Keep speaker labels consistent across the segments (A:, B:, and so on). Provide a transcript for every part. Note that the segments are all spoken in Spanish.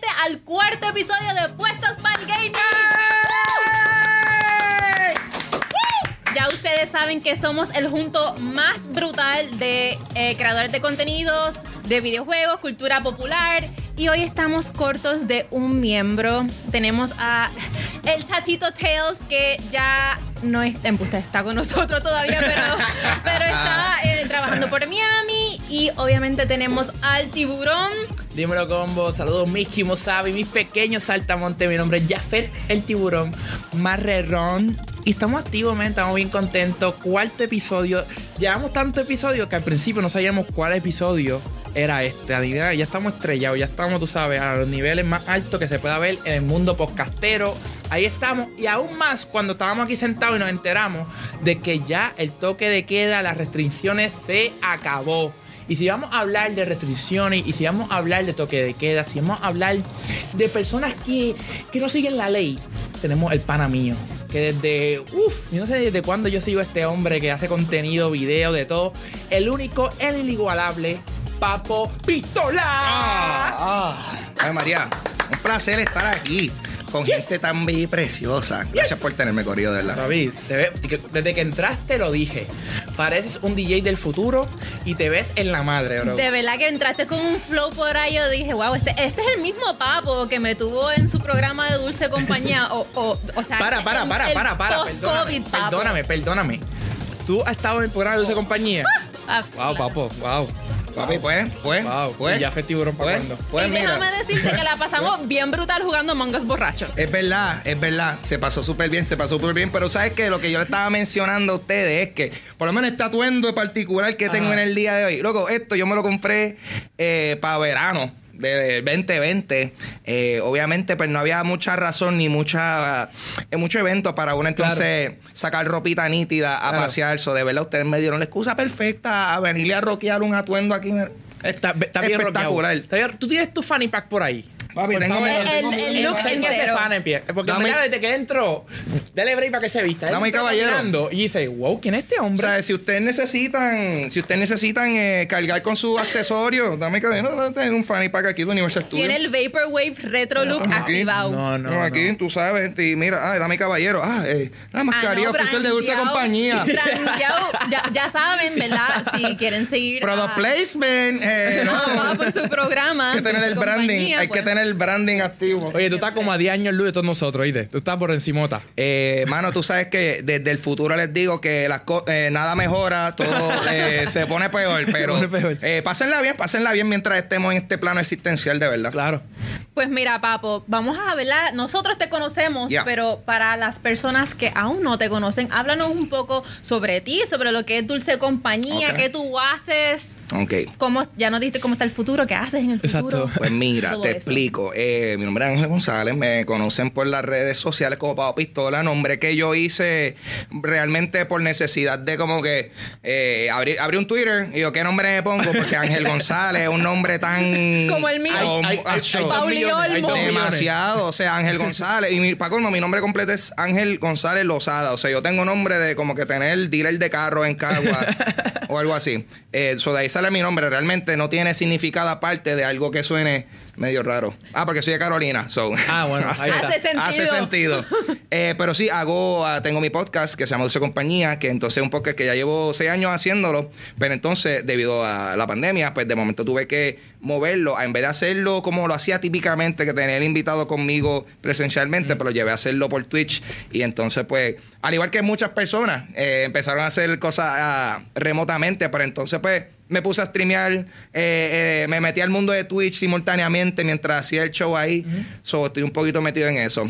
A: gente al cuarto episodio de Puestos para el Gaming. Ya ustedes saben que somos el junto más brutal de creadores de contenidos, de videojuegos, cultura popular. Y hoy estamos cortos de un miembro. Tenemos a el Tatito Tales, que ya no está con nosotros todavía, pero está trabajando por Miami. Y obviamente tenemos al Tiburón.
B: Dímelo, combo. Saludos, Mickey, Mosabi, mis pequeños saltamontes. Mi nombre es Jafet, el Tiburón Marrerón. Y estamos activos, estamos bien contentos. Cuarto episodio. Llevamos tantos episodios que al principio no sabíamos cuál episodio era este. Ya estamos estrellados, ya estamos, tú sabes, a los niveles más altos que se pueda ver en el mundo podcastero. Ahí estamos. Y aún más cuando estábamos aquí sentados y nos enteramos de que ya el toque de queda, las restricciones se acabó. Y si vamos a hablar de restricciones, y si vamos a hablar de toque de queda, si vamos a hablar de personas que no siguen la ley, tenemos el pana mío. Que desde, yo no sé desde cuándo yo sigo a este hombre que hace contenido, video, de todo. El único, el inigualable, Papo Pistola.
C: Ay, María, un placer estar aquí con gente tan bella y preciosa. Gracias por tenerme, corrido, de verdad.
B: David, desde que entraste lo dije. Pareces un DJ del futuro y te ves en la madre, bro.
A: De verdad que entraste con un flow por ahí. Yo dije, wow, este es el mismo Papo que me tuvo en su programa de Dulce Compañía. O sea,
B: para.
A: Post-COVID,
B: Perdóname. ¿Tú has estado en el programa de Dulce Compañía? Wow, Papo, wow.
C: Papi, pues.
B: Y ya fue Tiburón para cuando.
C: Pues
A: y
C: mira,
A: déjame decirte que la pasamos bien brutal jugando Among borrachos.
C: es verdad. Se pasó súper bien. Pero ¿sabes qué? Lo que yo le estaba mencionando a ustedes es que, por lo menos este atuendo particular que tengo en el día de hoy, loco, esto yo me lo compré para verano de 2020. Obviamente, pues no había mucha razón ni mucho evento para uno entonces sacar ropita nítida a pasear. So, de verdad, ustedes me dieron la excusa perfecta a venirle a rockear un atuendo aquí.
B: Está bien
C: espectacular.
B: Rockeado. ¿Tú tienes tu fanny pack por ahí?
C: Papi, tengo
A: el look entero.
B: Porque desde que entro, dale break para que se vista.
C: Dame, caballero.
B: Y dice, wow, ¿quién es este hombre?
C: O sea, si ustedes necesitan cargar con sus accesorios, dame caballero, tengo un fanny pack aquí de Universal Studios.
A: Tiene el Vaporwave Retro Look activado.
C: No, aquí, tú sabes, y mira, dame caballero. La mascarilla oficial de Dulce Compañía.
A: Ya saben, ¿verdad? Si quieren seguir
C: Product placement.
A: Papo en su programa.
C: Hay que tener el branding, hay que tener el branding activo.
B: Oye, tú estás como a 10 años luz de todos nosotros, ¿oíste? Tú estás por encimota.
C: Mano, tú sabes que desde el futuro les digo que nada mejora, todo se pone peor, pero pásenla bien mientras estemos en este plano existencial, de verdad.
B: Claro.
A: Pues mira, Papo, vamos a verla. Nosotros te conocemos, pero para las personas que aún no te conocen, háblanos un poco sobre ti, sobre lo que es Dulce Compañía, qué tú haces. Ya nos dijiste cómo está el futuro, qué haces en el futuro.
C: Pues mira, te explico. Mi nombre es Ángel González, me conocen por las redes sociales como Papo Pistola, nombre que yo hice realmente por necesidad de como que abrí un Twitter y yo, ¿qué nombre me pongo? Porque Ángel González es un nombre tan...
A: como el mío. Pauli Olmo.
C: Demasiado, o sea, Ángel González. Y mi nombre completo es Ángel González Lozada. O sea, yo tengo nombre de como que tener dealer de carro en Cagua o algo así. De ahí sale mi nombre. Realmente no tiene significado aparte de algo que suene medio raro. Porque soy de Carolina.
B: Bueno,
C: hace sentido. Pero sí, tengo mi podcast que se llama Dulce Compañía, que entonces es un podcast que ya llevo 6 años haciéndolo, pero entonces, debido a la pandemia, pues de momento tuve que moverlo, en vez de hacerlo como lo hacía típicamente, que tenía el invitado conmigo presencialmente, pero lo llevé a hacerlo por Twitch. Y entonces, pues, al igual que muchas personas, empezaron a hacer cosas remotamente, pero entonces, pues, me puse a streamear, me metí al mundo de Twitch simultáneamente mientras hacía el show ahí. Estoy un poquito metido en eso.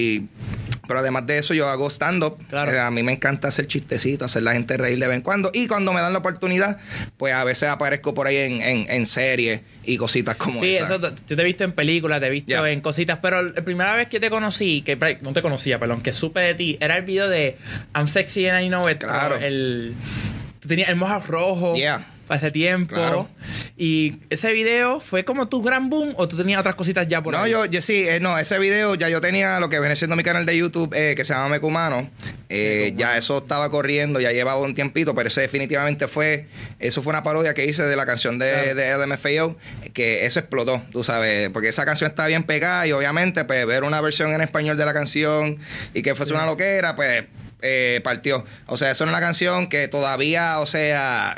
C: Pero además de eso, yo hago stand-up. Claro. A mí me encanta hacer chistecitos, hacer la gente reír de vez en cuando. Y cuando me dan la oportunidad, pues a veces aparezco por ahí en series y cositas como esas. Sí,
B: eso yo te he visto en películas, te he visto en cositas. Pero la primera vez que te conocí, no te conocía, perdón, que supe de ti, era el video de I'm Sexy and I Know It.
C: Claro.
B: Tú tenías el mohawk rojo. hace tiempo.
C: Claro.
B: Y ese video fue como tu gran boom o tú tenías otras cositas ya por
C: No,
B: ahí.
C: yo sí, no, ese video ya yo tenía lo que viene siendo mi canal de YouTube que se llama Mecumano. Ya eso estaba corriendo, ya llevaba un tiempito, pero ese definitivamente eso fue una parodia que hice de la canción de LMFAO, que eso explotó, tú sabes, porque esa canción está bien pegada y obviamente pues ver una versión en español de la canción y que fuese una loquera, pues partió. O sea, eso es una canción que todavía, o sea,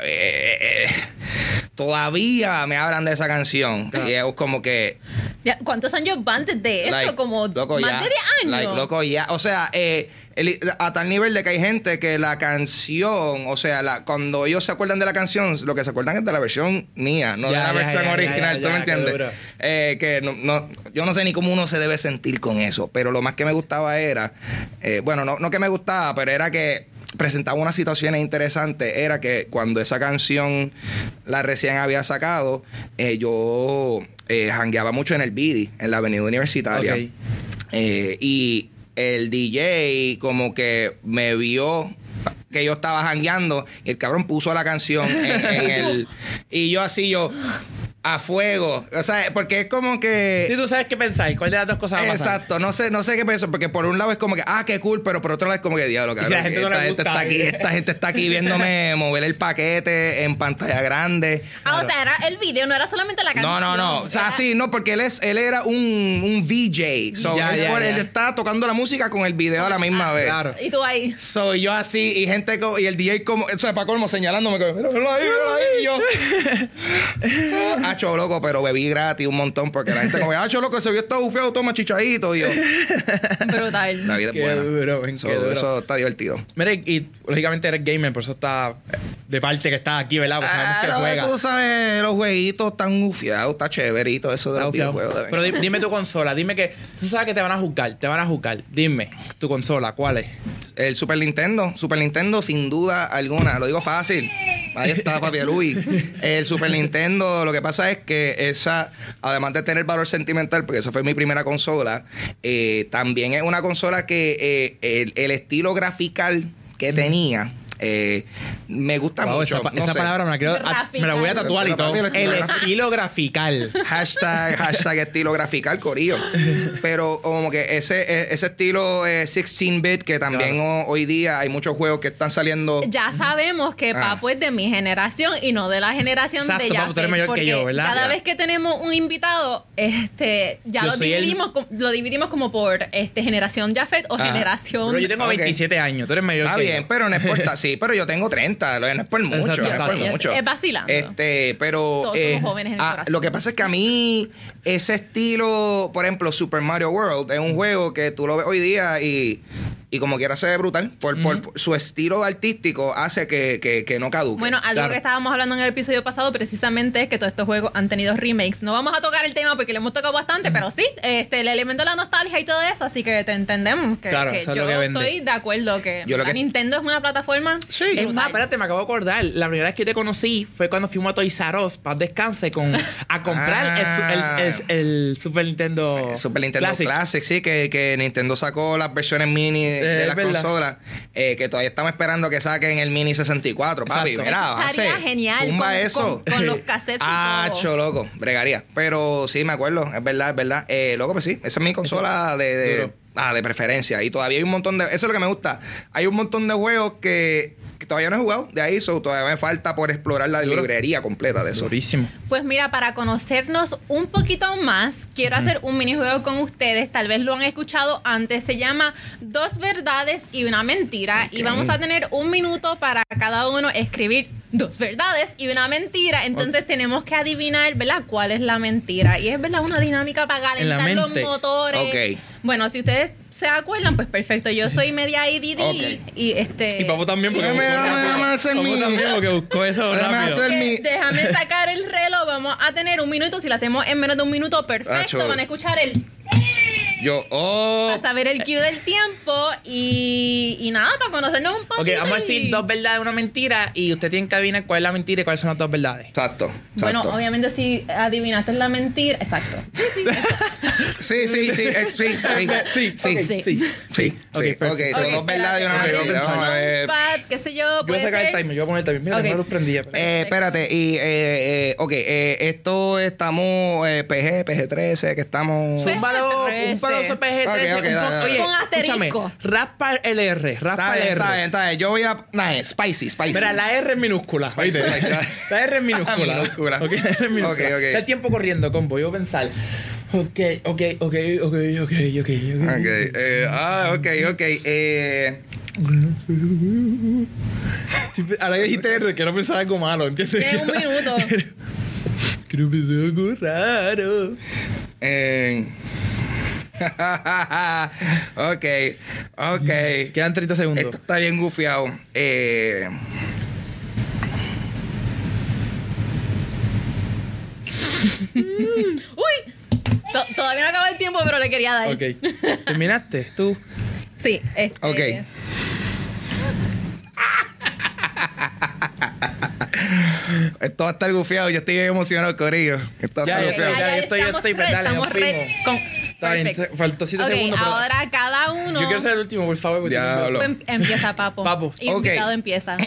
C: todavía me hablan de esa canción. Claro. Y es como que...
A: Ya, ¿cuántos años van desde eso? Como
C: loco,
A: más de 10 años.
C: Loco, ya. O sea, a tal nivel de que hay gente que la canción, o sea, cuando ellos se acuerdan de la canción, lo que se acuerdan es de la versión mía, no de la versión original. ¿Tú me entiendes? Que yo no sé ni cómo uno se debe sentir con eso, pero lo más que me gustaba era, bueno, no que me gustaba, pero era que presentaba unas situaciones interesantes. Era que cuando esa canción la recién había sacado, yo jangueaba mucho en el Bidi, en la Avenida Universitaria.
B: Okay.
C: Y el DJ como que me vio que yo estaba jangueando y el cabrón puso la canción en el... Y yo a fuego. O sea, porque es como que...
B: Sí, tú sabes qué pensar. ¿Cuál de las dos cosas va a pasar?
C: Exacto. No sé qué pensar. Porque por un lado es como que, qué cool. Pero por otro lado es como que, diablo, cabrón.
B: Si la gente no le gusta,
C: esta gente está aquí viéndome mover el paquete en pantalla grande.
A: O sea, era el video, no era solamente la canción.
C: No. O sea, sí, no, porque él era un VJ. So, él estaba tocando la música con el video a la misma vez.
B: Claro.
A: Y tú ahí.
C: Soy yo así, y gente y el DJ como, eso es para colmo, señalándome como, míralo ahí, y yo. Hacho, loco, pero bebí gratis un montón porque la gente como, hacho, loco, ese vio está bufeado, toma chichadito, y yo.
A: Brutal.
C: La vida es
B: Qué
C: buena.
B: duro, qué duro.
C: Eso está divertido.
B: Mira, y lógicamente eres gamer, por eso está de parte que estás aquí, ¿verdad? Porque sabemos que juegas.
C: Tú sabes, los jueguitos están bufiados, está chéverito eso de los videojuegos.
B: Pero dime tu consola, dime que... Tú sabes que te van a juzgar. Dime, tu consola, ¿cuál es?
C: El Super Nintendo sin duda alguna, lo digo fácil. Ahí está, papi Luis. El Super Nintendo, lo que pasa es que esa, además de tener valor sentimental, porque esa fue mi primera consola, también es una consola que el estilo grafical que tenía... me gusta mucho.
B: Esa palabra me la voy a tatuar y todo. El estilo grafical.
C: Hashtag estilo grafical, corillo. Pero como que ese estilo 16-bit que también hoy día hay muchos juegos que están saliendo.
A: Ya sabemos que Papo es de mi generación y no de la generación
B: exacto,
A: de Jafet.
B: Papo, tú eres mayor que yo, ¿verdad?
A: Cada vez que tenemos un invitado, ya lo dividimos como por generación Jafet o generación.
B: Pero yo tengo 27 años, tú eres mayor que yo.
C: Está bien, pero no importa. Sí, pero yo tengo 30, no es por mucho.
A: Es vacilando.
C: Pero
A: todos somos jóvenes en el corazón.
C: lo que pasa es que a mí ese estilo, por ejemplo, Super Mario World es un juego que tú lo ves hoy día y como quiera se ve brutal. Por su estilo artístico hace que no caduque.
A: Bueno, algo que estábamos hablando en el episodio pasado precisamente es que todos estos juegos han tenido remakes. No vamos a tocar el tema porque lo hemos tocado bastante, pero sí, el elemento de la nostalgia y todo eso, así que te entendemos que,
B: claro,
A: que
B: eso es
A: yo
B: lo que vende.
A: estoy de acuerdo que Nintendo es una plataforma.
C: Sí.
B: Es más, espérate, me acabo de acordar. La primera vez que yo te conocí fue cuando fuimos a Toys R Us, paz descanse, a comprar el Super Nintendo.
C: Super Nintendo Classic, sí, que Nintendo sacó las versiones mini de las consolas, que todavía estamos esperando que saquen el Mini 64, papi.
B: Exacto.
C: Mira,
A: estaría genial con los cassettes y todo.
C: Loco, bregaría. Pero sí, me acuerdo, es verdad. Loco, pues sí, esa es mi consola de preferencia. Y todavía hay un montón de... Eso es lo que me gusta. Hay un montón de juegos que todavía no he jugado de ahí, todavía me falta por explorar la librería completa de eso.
B: Durísimo.
A: Pues mira, para conocernos un poquito más, quiero hacer un minijuego con ustedes. Tal vez lo han escuchado antes. Se llama 2 verdades y una mentira. Okay. Y vamos a tener 1 minuto para cada uno escribir 2 verdades y una mentira. Entonces tenemos que adivinar, ¿verdad?, cuál es la mentira. Y es, ¿verdad?, una dinámica para calentar los motores.
C: Okay.
A: Bueno, si ustedes se acuerdan, pues perfecto. Yo soy media ADD y
B: Papo también, porque buscó eso rápido.
A: Déjame sacar el reloj. Vamos a tener 1 minuto. Si lo hacemos en menos de 1 minuto, perfecto. Van a escuchar el... Para saber el cue del tiempo y nada, para conocernos un poquito.
B: Ok, vamos a decir 2 verdades y una mentira y usted tiene que adivinar cuál es la mentira y cuáles son las 2 verdades.
C: Exacto.
A: Bueno, obviamente si adivinaste la mentira... Exacto.
C: Sí.
B: Sí.
C: Ok, son 2 verdades y una mentira. Vamos a ver.
A: qué sé yo.
B: Yo voy a sacar el timer, yo voy a poner el timer. Mira,
A: Ok.
B: no lo prendía.
C: Espérate, y esto estamos PG-13, que estamos.
A: Sí.
B: Un valor
A: PG-13.
B: PG-13.
C: Ok, dale.
B: Oye,
A: Con asterisco.
B: escúchame. Raspa el R.
C: Está
B: Raspa el
C: bien,
B: R.
C: está bien, está bien. Yo voy a. Nah, spicy.
B: Mira, la R es minúscula.
C: Spicy,
B: ¿oíste?
C: spicy, dale.
B: La R es minúscula.
C: Minúscula.
B: Ok, la R es minúscula.
C: Ok, ok.
B: Está el tiempo corriendo, combo. Yo voy a pensar. Ok.
C: Ok,
B: Ahora que dijiste R, quiero pensar algo malo, ¿entiendes?
A: Tienes un minuto.
B: Quiero pensar algo raro.
C: Ok.
B: Quedan 30 segundos.
C: Esto está bien gufiado.
A: Uy. Todavía no acaba el tiempo, pero le quería dar.
B: Ok. ¿Terminaste? ¿Tú?
A: Sí.
C: Ok. Esto va a estar gufiado. Yo estoy bien emocionado, corillo. Esto va a
B: Ya,
C: estar
B: ya,
C: gufiado.
B: yo estoy,
A: estamos
B: dale,
A: estamos
B: nos
A: red
B: fuimos.
A: con...
B: Está bien,
A: Perfecto.
B: faltó 7
A: Ok,
B: segundos. pero
A: ahora cada uno...
B: yo quiero ser el último, por favor. porque
C: Diablo.
B: si no-
A: Empieza Papo.
B: Papo.
A: Y
C: Ok.
A: invitado empieza.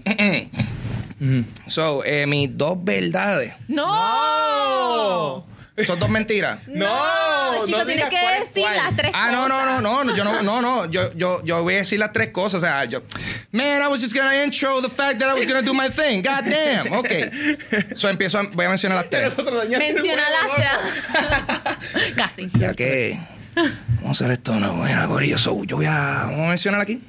C: So, mis dos verdades.
A: ¡No!
C: ¿Son dos mentiras?
B: No,
A: chico,
B: no
A: tienes
B: digas
A: que
B: cuál es
A: decir
B: cuál.
A: las tres
C: Ah,
A: cosas.
C: yo voy a decir las tres cosas. O sea, man, I was just gonna intro the fact that I was gonna do my thing. God damn. Ok. So, voy a mencionar las tres.
B: Nosotros dañaste el
A: Menciona
B: juego,
A: las
B: loco.
A: tres. Casi.
C: Ya que vamos a hacer esto, no, gorillo. So, vamos a mencionar aquí.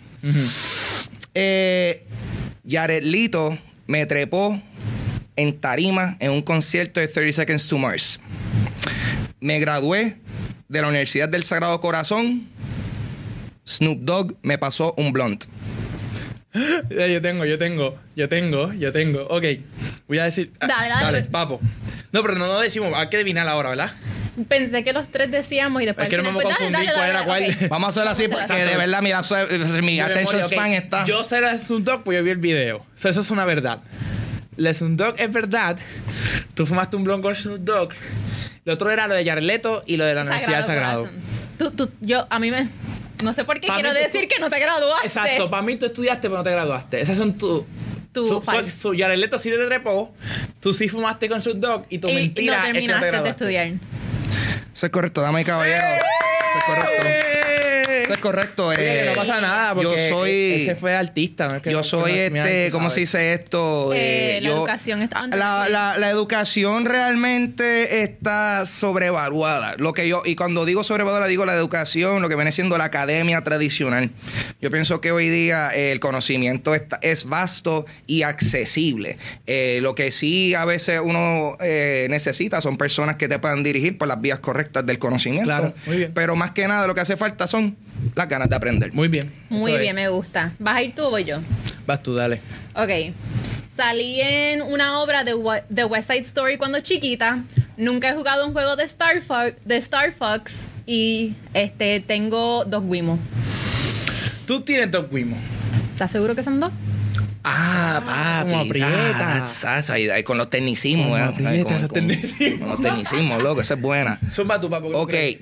C: Jared Leto me trepó en tarima en un concierto de 30 Seconds to Mars. Me gradué de la Universidad del Sagrado Corazón. Snoop Dogg me pasó un blunt.
B: Ya, yo tengo. Ok. Voy a decir.
A: Dale.
B: Papo. No, pero no decimos. Hay que adivinar ahora, ¿verdad?
A: Pensé que los tres decíamos y después...
B: Es que no me
A: al
B: vamos a
A: final,
B: confundir cuál era cuál.
A: ok.
C: Vamos a hacerlo así porque de verdad, mira, mi
B: De
C: attention
B: memoria, ok.
C: span está.
B: Yo sé la de Snoop Dogg, pues yo vi el video. O sea, eso es una verdad. La de Snoop Dogg es verdad. Tú fumaste un blond con Snoop Dogg. Lo otro era lo de Jared Leto y lo de la Universidad del Sagrado.
A: Corazón. A mí me... No sé por qué
B: Pa'
A: quiero
B: mí tú-
A: decir que no te graduaste.
B: Exacto, para mí tú estudiaste pero no te graduaste. Esas son tu
A: falso.
B: Jared Leto sí te trepó, tú sí fumaste con Snoop Dogg y tu
A: Y
B: mentira
A: no
B: es que no te
A: terminaste de
B: graduaste.
A: estudiar.
C: Eso es correcto, dama y caballero. Eso es correcto. Eso es correcto.
B: Oye, que no pasa nada porque
C: yo soy.
B: ese fue artista. No es que
C: Yo
B: no-
C: soy
B: que no- mira, tú
C: ¿cómo
B: sabes.
C: se dice esto?
A: La educación está
C: la educación realmente está sobrevaluada. Y cuando digo sobrevaluada, digo la educación, lo que viene siendo la academia tradicional. Yo pienso que hoy día el conocimiento es vasto y accesible. Lo que sí a veces uno necesita son personas que te puedan dirigir por las vías correctas del conocimiento.
B: Claro, muy bien.
C: Pero más que nada lo que hace falta son las ganas de aprender.
B: Muy bien.
A: Muy
B: Eso
A: bien,
B: es.
A: me gusta. ¿Vas a ir tú o voy yo?
B: Vas tú, dale.
A: Ok. Salí en una obra de West Side Story cuando chiquita. Nunca he jugado un juego de Star Fox y tengo 2 Wimo.
B: Tú tienes dos Wimo.
A: ¿Estás seguro que son 2?
C: Papi.
B: Como aprieta.
C: Ahí con los tecnicismos.
B: Como
C: ¿verdad?
B: aprieta los tecnicismos.
C: Con los tecnicismos, loco. Esa es buena.
B: Zumba tu papo. ¿qué tú
C: Ok,
B: crees?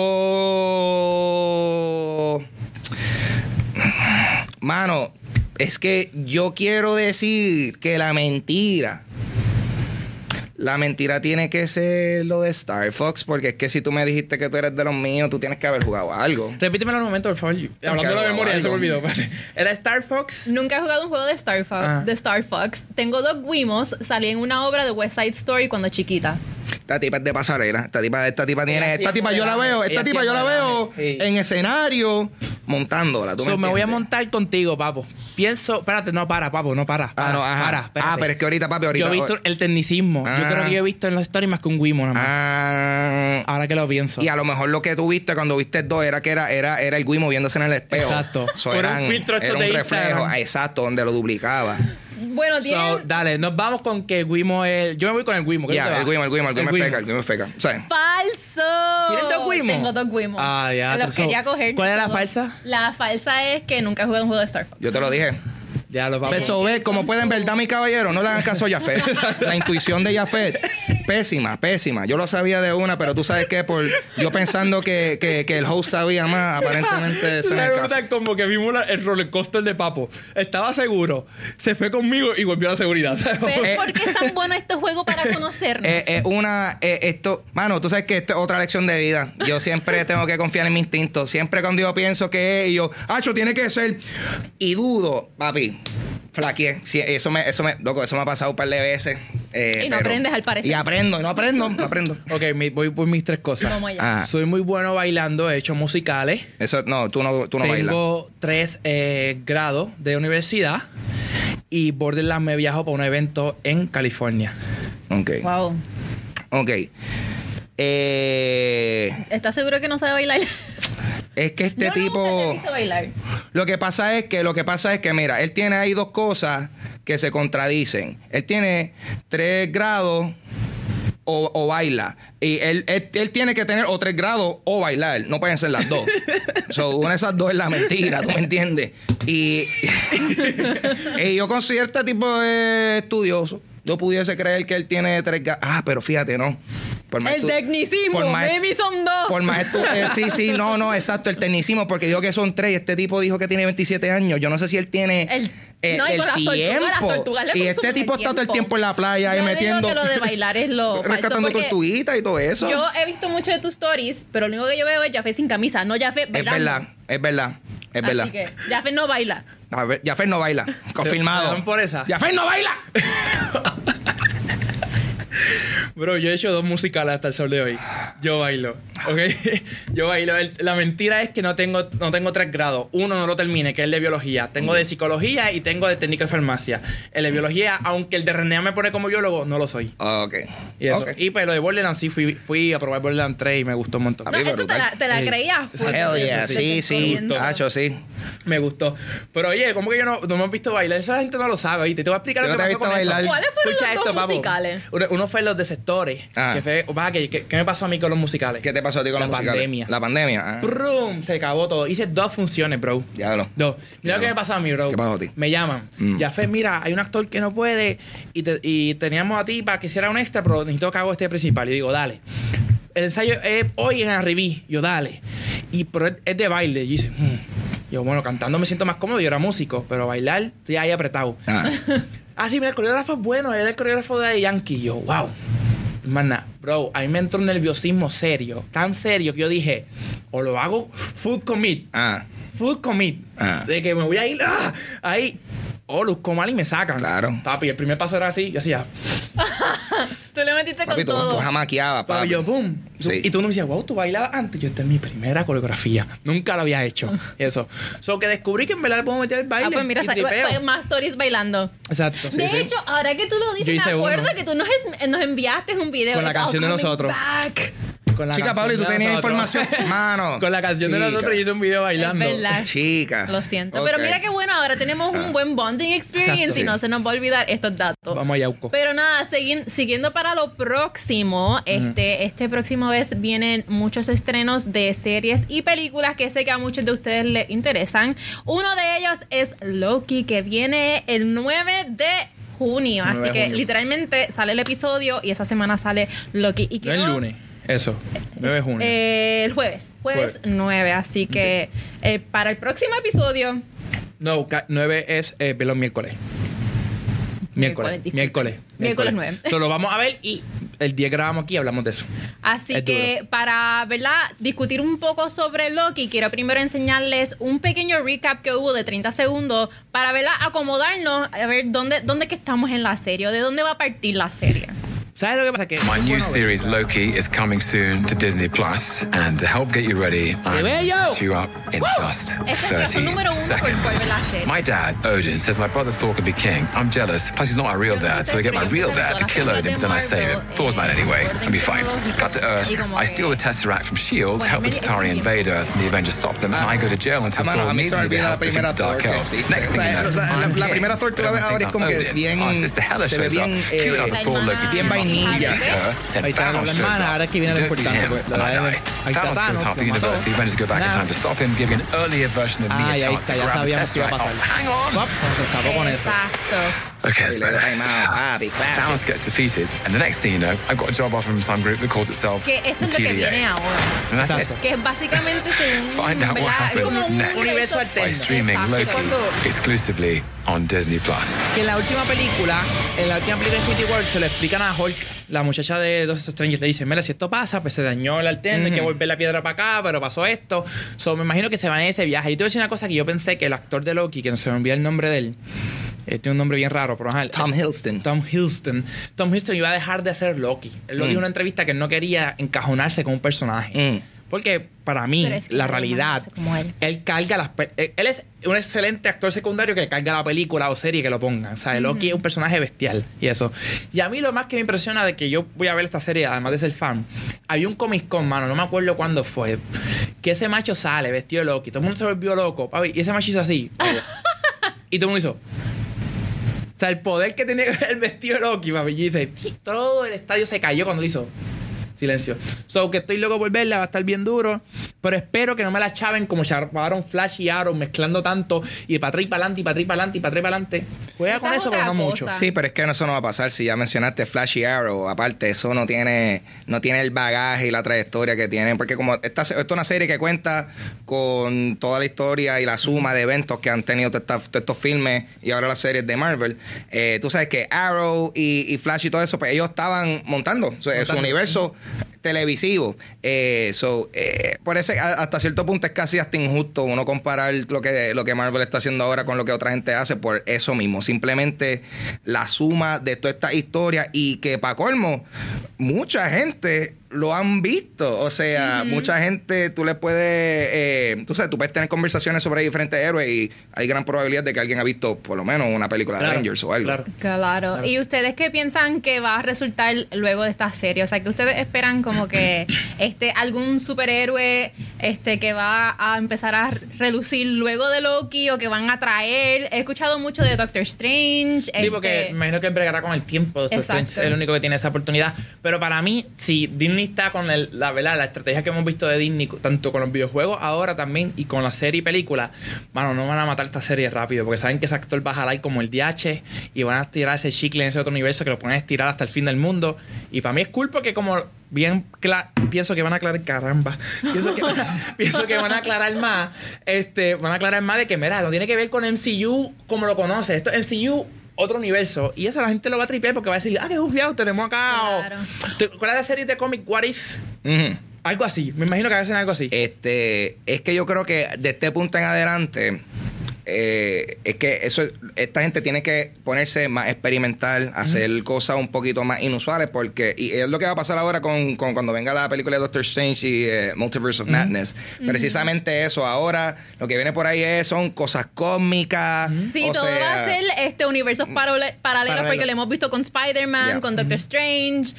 C: yo... Mano, es que yo quiero decir que la mentira tiene que ser lo de Star Fox, porque es que si tú me dijiste que tú eres de los míos, tú tienes que haber jugado algo.
B: Repítemelo al momento, por favor. Hablando de la memoria, ya se me olvidó. Espérate. ¿Era Star Fox?
A: Nunca he jugado un juego de Star Fox. Tengo 2 Wimos. Salí en una obra de West Side Story cuando chiquita.
C: Esta tipa es de pasarela. Esta tipa tiene.
B: Ella
C: Esta tipa yo la veo. Esta tipa yo la veo en escenario montándola. ¿Tú me
B: Me voy a
C: entiendes?
B: montar contigo, papo. Pienso... Espérate, no, papo, no para.
C: Ah, no, ajá.
B: Espérate.
C: Pero es que ahorita, papi, ahorita.
B: Yo he visto el tecnicismo. Yo creo que yo he visto en los stories más que un Wimo nada más. Ahora que lo pienso.
C: Y a lo mejor lo que tú viste cuando viste 2 era que era el Wii moviéndose en el espejo.
B: Exacto.
C: So,
B: Era un filtro esto
C: era un
B: de
C: reflejo.
B: Instagram.
C: Exacto, donde lo duplicaba.
A: Bueno, tienen...
B: So, dale, nos vamos con que el Wimo es... Yo me voy con el Wimo. ¿qué
C: Ya,
B: te va?
C: el Wii es feca. O sea,
A: ¡Falso!
B: ¿Tienes 2 Wimos?
A: Tengo 2 Wimos.
B: Ah, ya.
A: Los quería coger.
B: ¿Cuál es la
A: Tengo-
B: falsa?
A: La falsa es que nunca he jugado un juego de Star Fox.
C: yo te lo dije.
B: Ya lo vamos.
C: Eso ve, como pueden ver, dame y caballero, no le hagan caso a Jafet. La intuición de Jafet. Pésima. Yo lo sabía de una, pero tú sabes que yo pensando que el host sabía más, aparentemente eso no es el caso.
B: Como que vimos el roller coaster de Papo. Estaba seguro, se fue conmigo y volvió a la seguridad.
A: ¿Ves por qué es tan bueno este juego para conocernos?
C: Mano, tú sabes que esto es otra lección de vida. Yo siempre tengo que confiar en mi instinto. Siempre cuando yo pienso que es, y yo, tiene que ser. Y dudo, papi. Flaqueé. Sí, eso me ha pasado un par de veces.
A: Y no aprendes al parecer.
C: Y aprendo.
B: Ok, voy por mis 3 cosas.
A: Vamos allá.
B: Soy muy bueno bailando, he hecho musicales.
C: Eso, no, tú no bailas.
B: Tengo 3 grados de universidad. Y Borderlands me viajo para un evento en California.
C: Ok.
A: Wow.
C: Ok.
A: ¿Estás seguro que no sabe bailar?
C: Es que este
A: Yo
C: tipo...
A: nunca te he visto bailar.
C: Lo que pasa es que, mira, él tiene ahí 2 cosas que se contradicen. Él tiene 3 grados o baila. Y él tiene que tener o 3 grados o bailar. No pueden ser las 2. Una de esas 2 es la mentira, ¿tú me entiendes? Y yo considero este tipo estudioso. Yo pudiese creer que él tiene 3 grados. Pero fíjate, no.
A: El tecnicismo, baby, son 2.
C: Por más sí, no, exacto, el tecnicismo, porque dijo que son 3 y este tipo dijo que tiene 27 años. Yo no sé si él tiene
A: no, y con las tortugas le
C: y este tipo está todo el tiempo en la playa y metiendo...
A: Yo digo que lo de bailar es lo
C: rescatando tortuguitas y todo eso.
A: Yo he visto mucho de tus stories, pero lo único que yo veo es Jafet sin camisa, no Jafet bailando.
C: Es verdad.
A: Así que Jafet no baila.
C: Jafet no baila. Confirmado.
B: Por esa.
C: ¡Jafet no baila!
B: Bro, yo he hecho 2 musicales hasta el sol de hoy. Yo bailo, ¿ok? Yo bailo. La mentira es que no tengo 3 grados. Uno no lo termine, que es el de biología. Tengo de psicología y tengo de técnica de farmacia. El de biología, aunque el de RNA me pone como biólogo, no lo soy.
C: Ok.
B: Y eso. Okay. Y pues lo de Borderlands sí fui a probar Borderlands 3 y me gustó un montón.
A: No, eso te la creías.
C: Hell yeah. Sí. Tacho, sí.
B: Me gustó. Pero oye, ¿cómo que yo no me he visto bailar? Esa gente no lo sabe, ¿oíste? Te voy a explicar lo que pasó con eso.
A: ¿Cuáles fueron los 2 musicales?
B: Uno fue los de sectores. ¿Qué me pasó a mí con los musicales?
C: ¿Qué te pasó a ti con los musicales? La pandemia.
B: ¡Brum! Se acabó todo. Hice 2 funciones, bro.
C: Diablo.
B: 2. Mira lo que me pasó a mí, bro.
C: ¿Qué pasó a ti?
B: Me llaman. Jafet, mira, hay un actor que no puede y teníamos a ti para que hiciera un extra, pero necesito que haga este principal. Y yo digo, dale. El ensayo es hoy en Arribí. Yo, dale. Pero es de baile. Y dice, Yo, bueno, cantando me siento más cómodo. Yo era músico, pero bailar, estoy ahí apretado. Sí, mira, el coreógrafo es bueno. Él es el coreógrafo de Yankee. Yo, wow. Hermana, bro, a mí me entró un nerviosismo serio. Tan serio que yo dije, o lo hago full commit. Full commit. De que me voy a ir ahí. O luzco mal y me sacan.
C: Claro.
B: Papi, el primer paso era así. Yo hacía...
A: Tú le metiste
C: papi,
A: con todo.
C: Tú jamaqueabas, papi.
B: Yo, boom.
C: Sí.
B: Y tú no me decías, wow, tú bailabas antes. Yo, esta es mi primera coreografía. Nunca lo había hecho. Eso. Que descubrí que en verdad le puedo meter el baile.
A: Pues mira, más stories bailando.
B: Exacto.
A: De hecho, ahora que tú lo dices, me acuerdo que tú nos enviaste un video.
B: Con la canción de nosotros.
C: Chica, Pablo, ¿y tú tenías información? Mano.
B: Con la canción de nosotros hice un video bailando.
A: Es verdad.
C: Chica.
A: Lo siento. Okay. Pero mira qué bueno, ahora tenemos un buen bonding experience. Exacto. Y no se nos va a olvidar estos datos.
B: Vamos a Yauco.
A: Pero nada, siguiendo para lo próximo, este próximo mes vienen muchos estrenos de series y películas que sé que a muchos de ustedes les interesan. Uno de ellos es Loki, que viene el 9 de junio. Así que literalmente sale el episodio y esa semana sale Loki. Y
B: no el lunes. Eso, 9 de junio.
A: El jueves 9, así que para el próximo episodio...
B: No, 9 es los miércoles. Miércoles
A: 9.
B: Lo vamos a ver y el 10 grabamos aquí y hablamos de eso.
A: Así que para, ¿verdad?, discutir un poco sobre Loki, quiero primero enseñarles un pequeño recap que hubo de 30 segundos para, ¿verdad?, acomodarnos a ver dónde que estamos en la serie o de dónde va a partir la serie.
B: ¿Sabes lo que pasa?
D: My new series Loki is coming soon to Disney Plus, and to help get you ready, I'm going to set you up in just 30 seconds. My dad, Odin, says my brother Thor can be king. I'm jealous. Plus, he's not my real dad, so I get my real dad to kill Odin, but then I save him. Thor's mad anyway. I'll be fine. Cut to Earth. I steal the Tesseract from S.H.I.E.L.D., help the Chitauri invade Earth, and the Avengers stop them, and I go to jail until Thor meets me to help defeat the Dark Elves. Next thing you know,
C: la primera Thor tú la ves ahora es como que bien... Se ve bien... bien vainilla.
B: Ahí está la hermana, ahora que viene lo importante.
D: Thanos goes half the universe. The Avengers go back in time to stop him, giving an earlier version of me a chance to grab the Tesseract.
B: Hang on.
A: Exacto.
D: Okay, that's better. Thanos gets defeated, and the next thing you know, I've got a job offer from some group that calls itself
A: que esto es lo que viene ahora.
D: And that's it.
A: Que es básicamente
D: Find out what happens next by streaming Loki exclusively on Disney Plus.
B: Que en la última película de Infinity War se le explican a Hulk, la muchacha de Doctor Strange le dice, mira, si esto pasa, pues se dañó el alterno, hay que volver la piedra para acá, pero pasó esto. Me imagino que se van en ese viaje. Y te voy a decir una cosa que yo pensé que el actor de Loki, que no se me olvida el nombre de él, tiene un nombre bien raro, pero
C: Tom Hiddleston.
B: Tom Hiddleston iba a dejar de ser Loki. Él lo dijo en una entrevista que él no quería encajonarse con un personaje. Porque para mí, la realidad, él carga él es un excelente actor secundario que carga la película o serie que lo pongan. O sea, Loki es un personaje bestial y eso. Y a mí lo más que me impresiona de que yo voy a ver esta serie, además de ser fan, había un Comic Con, mano, no me acuerdo cuándo fue, que ese macho sale vestido de Loki, todo el mundo se volvió loco, papi, y ese macho hizo así, y todo el mundo hizo. O sea, el poder que tenía el vestido de Loki, papi, y dice, todo el estadio se cayó cuando lo hizo. Silencio. Que estoy loco por verla, va a estar bien duro. Pero espero que no me la chaven como chavaron Flash y Arrow mezclando tanto y para atrás y para adelante y para atrás y para adelante y para atrás y para adelante. Juega con eso, pero no mucho.
C: Sí, pero es que eso no va a pasar. Si ya mencionaste Flash y Arrow, aparte, eso no tiene el bagaje y la trayectoria que tienen. Porque como esta es una serie que cuenta con toda la historia y la suma de eventos que han tenido estos filmes y ahora las series de Marvel. Tú sabes que Arrow y Flash y todo eso, pues ellos estaban montando su universo televisivo. Por ese, hasta cierto punto es casi hasta injusto uno comparar lo que Marvel está haciendo ahora con lo que otra gente hace por eso mismo. Simplemente la suma de toda esta historia y que para colmo, mucha gente lo han visto. O sea, mucha gente, tú puedes tener conversaciones sobre diferentes héroes y hay gran probabilidad de que alguien ha visto por lo menos una película de Avengers o algo.
A: Claro. ¿Y ustedes qué piensan que va a resultar luego de esta serie? O sea, que ustedes esperan como que algún superhéroe que va a empezar a relucir luego de Loki o que van a traer. He escuchado mucho de Doctor Strange.
B: Sí, porque me imagino que él bregará con el tiempo. Doctor Strange es el único que tiene esa oportunidad. Pero para mí, si Disney está con la estrategia que hemos visto de Disney, tanto con los videojuegos ahora también y con la serie y película, bueno, no van a matar esta serie rápido porque saben que ese actor va a jalar como el DH y van a estirar ese chicle en ese otro universo que lo pueden estirar hasta el fin del mundo. Y para mí es cool porque como pienso que van a aclarar, pienso que van a aclarar más, de que, mira, no tiene que ver con MCU como lo conoce. Esto es MCU, otro universo. Y eso la gente lo va a tripear porque va a decir, qué bufiado tenemos acá. Claro. ¿Cuál es la serie de cómic What If? Algo así. Me imagino que hacen algo así.
C: Es que yo creo que de este punto en adelante es que esta gente tiene que ponerse más experimental, hacer cosas un poquito más inusuales, porque y es lo que va a pasar ahora con cuando venga la película de Doctor Strange y Multiverse of Madness. Precisamente eso, ahora lo que viene por ahí son cosas cómicas.
A: Sí, todo va a ser universos paralelos, porque lo hemos visto con Spider-Man, con Doctor Strange,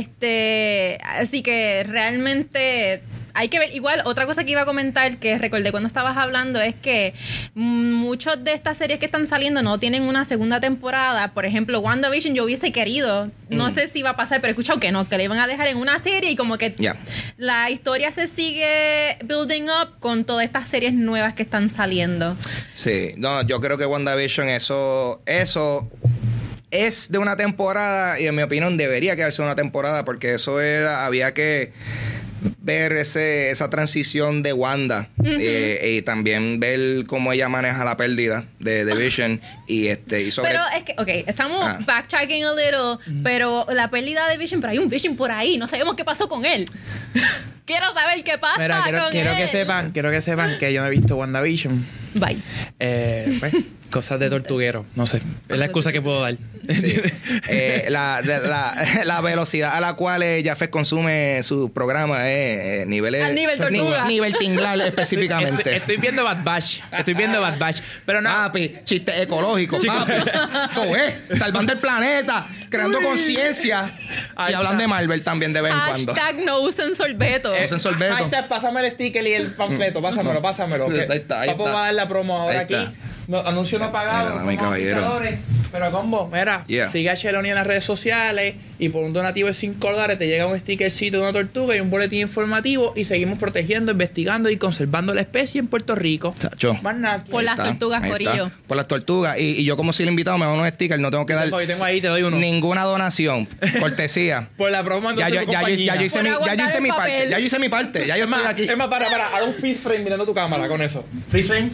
A: así que realmente hay que ver. Igual, otra cosa que iba a comentar, que recordé cuando estabas hablando, es que muchas de estas series que están saliendo no tienen una segunda temporada. Por ejemplo, WandaVision yo hubiese querido, no sé si va a pasar, pero he escuchado que no, que le iban a dejar en una serie y como que la historia se sigue building up con todas estas series nuevas que están saliendo.
C: Sí, no, yo creo que WandaVision eso es de una temporada y en mi opinión debería quedarse una temporada, porque había que ver esa transición de Wanda y también ver cómo ella maneja la pérdida de Vision y sobre...
A: Pero es que, estamos backtracking a little, pero la pérdida de Vision, pero hay un Vision por ahí, no sabemos qué pasó con él. Quiero saber qué pasa con él.
B: Quiero que sepan que yo no he visto WandaVision.
A: Bye.
B: Cosas de tortuguero, no sé. Es la excusa que puedo dar.
C: Sí. La velocidad a la cual Jafet consume su programa es niveles...
A: Al nivel tortuga.
C: Nivel tinglar específicamente.
B: Estoy viendo Bad Batch. Pero no...
C: Papi, chiste ecológico, papi. Eso es. Salvando el planeta, creando conciencia. Y hablan de Marvel también de vez en cuando.
A: #, no usen sorbeto.
C: Usen sorbeto.
B: Pásame el sticker y el panfleto. Pásamelo.
C: Ahí está.
B: Papo va a dar la promo ahora aquí. No, anuncio no pagado.
C: Mira, mi caballero.
B: Pero combo, mira, sigue a Sheloni en las redes sociales y por un donativo de $5 te llega un stickercito de una tortuga y un boletín informativo y seguimos protegiendo, investigando y conservando la especie en Puerto Rico.
A: Más nada. Por las tortugas, Corillo.
C: Por las tortugas. Y yo como si el invitado me da unos stickers, no tengo que dar
B: ahí, te doy uno.
C: Ninguna donación. Cortesía.
B: Por la broma
C: ya yo hice mi parte. Ya yo hice mi parte. Ya yo estoy aquí.
B: Es más, para. Haz un freeze frame mirando tu cámara con eso. Freeze frame.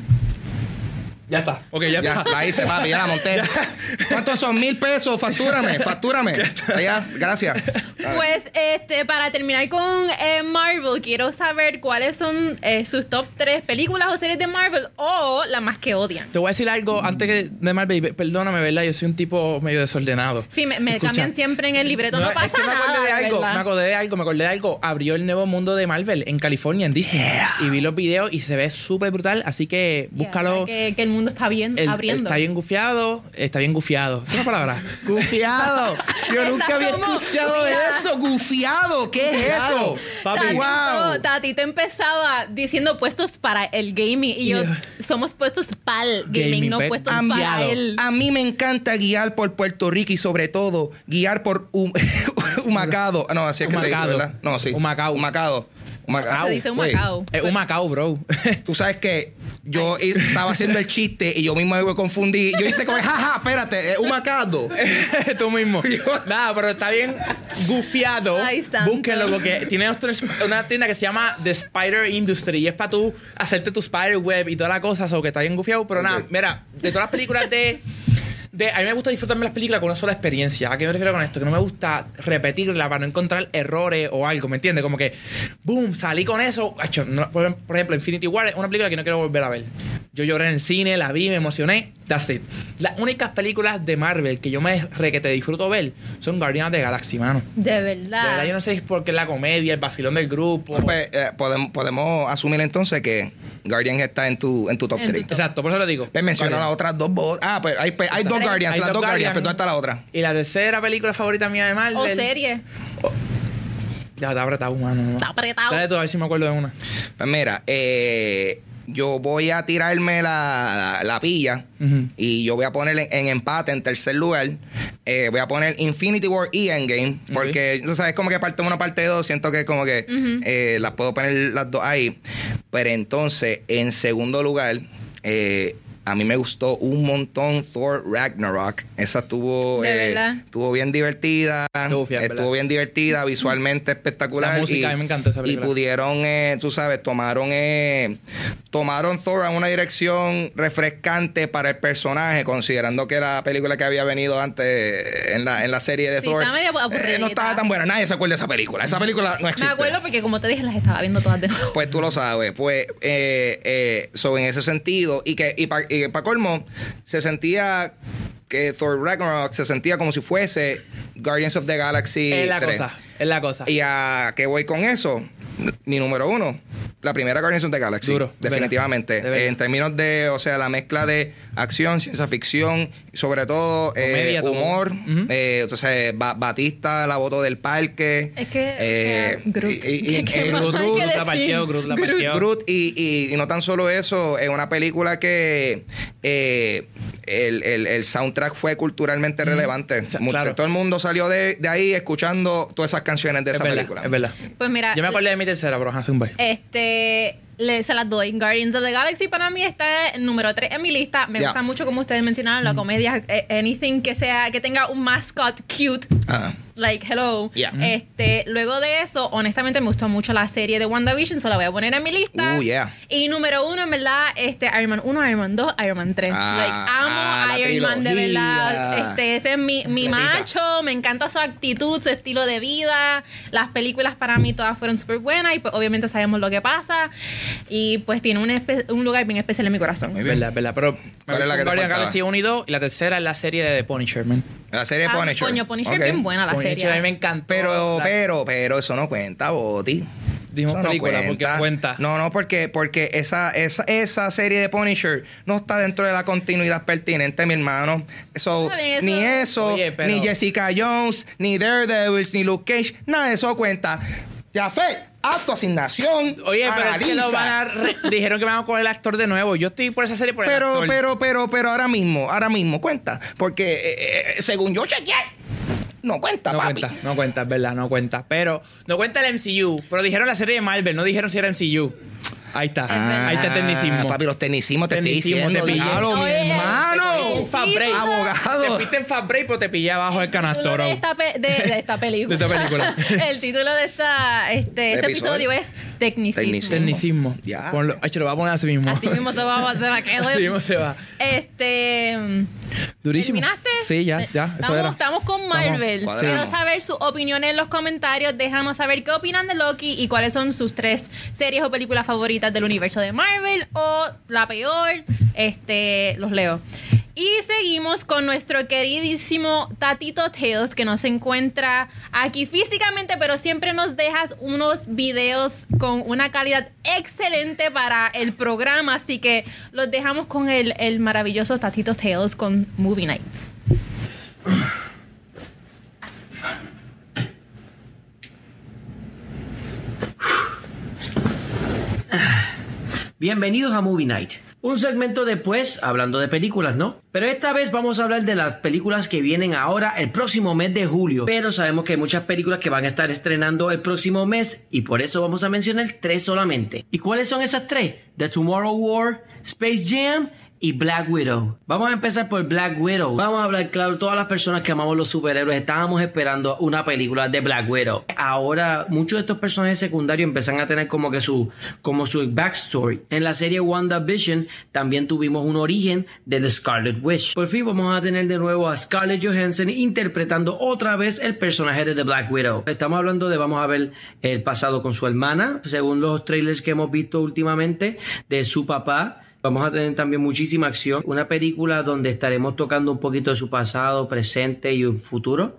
B: Ya está. Ok, ya está.
C: La hice, papi, ya la monté. ¿Cuántos son? $1,000. Factúrame. Ya, gracias.
A: Pues, para terminar con Marvel, quiero saber cuáles son sus top 3 películas o series de Marvel o las más que odian.
B: Te voy a decir algo antes de Marvel. Perdóname, ¿verdad? Yo soy un tipo medio desordenado.
A: Sí, me cambian siempre en el libreto. No pasa nada.
B: Me acordé de algo. Abrió el nuevo mundo de Marvel en California, en Disney. Y vi los videos y se ve súper brutal. Así que búscalo.
A: Que el mundo está bien abriendo.
B: Está bien gufiado. ¿Es una palabra?
C: Gufiado. Yo nunca había escuchado eso. Gufiado. ¿Qué es eso?
B: Papi.
C: Wow.
A: Tatito empezaba diciendo puestos para el gaming y yo somos puestos para el gaming, no puestos para el...
C: A mí me encanta guiar por Puerto Rico y sobre todo guiar por Humacao. No, así es que se dice, ¿verdad? No, sí.
B: Humacao.
A: Se dice Humacao.
B: Es Humacao, bro.
C: Tú sabes que yo estaba haciendo el chiste y yo mismo me confundí. Yo hice como, jaja, espérate, es Humacao.
B: Tú mismo. Nada, pero está bien gufiado. Búsquenlo porque tiene una tienda que se llama The Spider Industry y es para tú hacerte tu spider web y toda la cosa, que está bien gufiado. Pero nada, mira, de todas las películas a mí me gusta disfrutarme las películas con una sola experiencia. ¿A qué me refiero con esto? Que no me gusta repetirla para no encontrar errores o algo, ¿me entiendes? Como que, boom, salí con eso. Por ejemplo, Infinity War es una película que no quiero volver a ver. Yo lloré en el cine, la vi, me emocioné. That's it. Las únicas películas de Marvel que yo que te disfruto ver son Guardians of the Galaxy, mano.
A: De verdad.
B: Yo no sé si es porque es la comedia, el vacilón del grupo.
C: Pues, podemos asumir entonces que Guardians está en tu top 3.
B: Exacto, por eso lo digo.
C: Te menciono las otras dos. Pues hay dos Guardians, las dos Guardians, pero ¿dónde está la otra?
B: Y la tercera película favorita mía de Marvel.
A: O serie.
B: Ya, está apretado, mano.
A: Está apretado.
B: Dale tú, a ver si me acuerdo de una.
C: Pues mira, yo voy a tirarme la pilla y yo voy a poner en empate en tercer lugar. Voy a poner Infinity War y Endgame porque, tú sabes, como que parte 1, parte 2, siento que como que las puedo poner las dos ahí. Pero entonces, en segundo lugar, a mí me gustó un montón Thor Ragnarok. Esa estuvo bien divertida. Estuvo bien divertida, visualmente espectacular.
B: La música, a mí me encantó esa película.
C: Y pudieron, tú sabes, tomaron Thor a una dirección refrescante para el personaje, considerando que la película que había venido antes en la serie de Thor no estaba tan buena. Nadie se acuerda de esa película. Esa película no existe.
A: Me acuerdo porque, como te dije, las estaba viendo todas de nuevo.
C: Pues tú lo sabes. Pues, en ese sentido, y para colmo, se sentía que Thor Ragnarok se sentía como si fuese Guardians of the Galaxy 3.
B: Es la cosa.
C: ¿Y a qué voy con eso? Mi número 1, la primera Guardians of the Galaxy.
B: Duro,
C: definitivamente. En términos de, la mezcla de acción, ciencia ficción, sobre todo comedia, humor. Entonces, Batista, la voto del parque.
A: Es que
C: Groot. Y no tan solo eso, es una película que el soundtrack fue culturalmente relevante. Claro. Todo el mundo salió de ahí escuchando todas esas canciones de esa película.
B: Es verdad.
A: Pues mira,
B: yo me acordé de mi tercera, pero hace un baile.
A: Se las doy. Guardians of the Galaxy para mí está en número 3 en mi lista. Me gusta mucho, como ustedes mencionaron, la comedia. Anything que tenga un mascot cute. Like, hello. Luego de eso, honestamente me gustó mucho la serie de WandaVision, so la voy a poner en mi lista. Y número 1, en verdad, Iron Man 1, Iron Man 2, Iron Man 3. Amo Iron Man, de verdad. Ese es mi macho. Me encanta su actitud, su estilo de vida. Las películas para mí todas fueron súper buenas y pues obviamente sabemos lo que pasa. Y pues tiene un lugar bien especial en mi corazón.
B: Muy bien. Verdad. Pero
C: ¿cuál es la que te
B: faltaba? Galaxy 1 y 2, y la tercera es la serie de The Punisher, man.
C: La serie de Punisher.
A: Coño, Punisher bien buena la serie.
B: A mí me encantó.
C: Pero eso no cuenta, Boti.
B: Dijimos película, porque cuenta.
C: No, porque esa serie de Punisher no está dentro de la continuidad pertinente, mi hermano. Ni Jessica Jones, ni Daredevil, ni Luke Cage, nada de eso cuenta. Jafet, autoasignación.
B: Oye, pero
C: analiza.
B: es que dijeron que van a coger el actor de nuevo. Yo estoy por esa serie por el actor.
C: Pero ahora mismo cuenta. Porque según yo chequeé, no cuenta, papi.
B: No cuenta, es verdad, no cuenta. Pero no cuenta el MCU. Pero dijeron la serie de Marvel, no dijeron si era MCU. Ahí está. Ahí está el tecnicismo.
C: Papi, los tecnicismos te estoy diciendo.
B: Te pillé.
C: Diablo, mi hermano.
B: Abogado. Te fuiste en Fab Break, pero te pillé abajo del canastro.
A: De esta película. El título de este episodio es Tecnicismo.
B: Ya. Lo voy a poner así mismo.
A: Así mismo se va a quedar.
B: Así mismo se va. Durísimo.
A: ¿Terminaste?
B: Sí, ya.
A: Estamos con Marvel. Quiero saber sus opiniones en los comentarios. Déjanos saber qué opinan de Loki y cuáles son sus 3 series o películas favoritas del universo de Marvel o la peor. Los leo. Y seguimos con nuestro queridísimo Tatito Tales, que nos encuentra aquí físicamente, pero siempre nos dejas unos videos con una calidad excelente para el programa. Así que los dejamos con el maravilloso Tatito Tales con Movie Nights.
E: Bienvenidos a Movie Night. Un segmento después, hablando de películas, ¿no? Pero esta vez vamos a hablar de las películas que vienen ahora el próximo mes de julio. Pero sabemos que hay muchas películas que van a estar estrenando el próximo mes y por eso vamos a mencionar 3 solamente. ¿Y cuáles son esas 3? The Tomorrow War, Space Jam y Black Widow. Vamos a empezar por Black Widow. Vamos a hablar claro, todas las personas que amamos los superhéroes estábamos esperando una película de Black Widow. Ahora muchos de estos personajes secundarios empiezan a tener como su backstory. En la serie WandaVision también tuvimos un origen de The Scarlet Witch. Por fin vamos a tener de nuevo a Scarlett Johansson interpretando otra vez el personaje de The Black Widow. Estamos hablando de, vamos a ver el pasado con su hermana, según los trailers que hemos visto últimamente, de su papá. Vamos a tener también muchísima acción. Una película donde estaremos tocando un poquito de su pasado, presente y un futuro.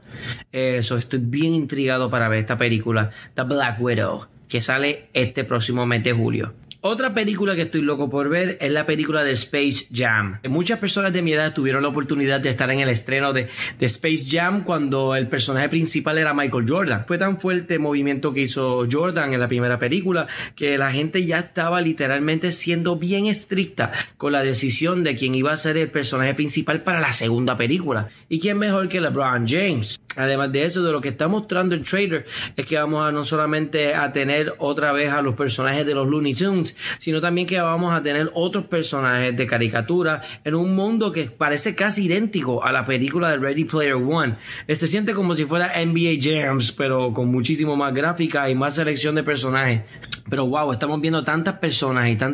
E: Estoy bien intrigado para ver esta película, The Black Widow, que sale este próximo mes de julio. Otra película que estoy loco por ver es la película de Space Jam. Muchas personas de mi edad tuvieron la oportunidad de estar en el estreno de Space Jam cuando el personaje principal era Michael Jordan. Fue tan fuerte el movimiento que hizo Jordan en la primera película que la gente ya estaba literalmente siendo bien estricta con la decisión de quién iba a ser el personaje principal para la segunda película. ¿Y quién mejor que LeBron James? Además de eso, de lo que está mostrando el trailer es que vamos a no solamente a tener otra vez a los personajes de los Looney Tunes, sino también que vamos a tener otros personajes de caricatura en un mundo que parece casi idéntico a la película de Ready Player One. Se siente como si fuera NBA Jams, pero con muchísimo más gráfica y más selección de personajes. Pero wow, estamos viendo tantas personas y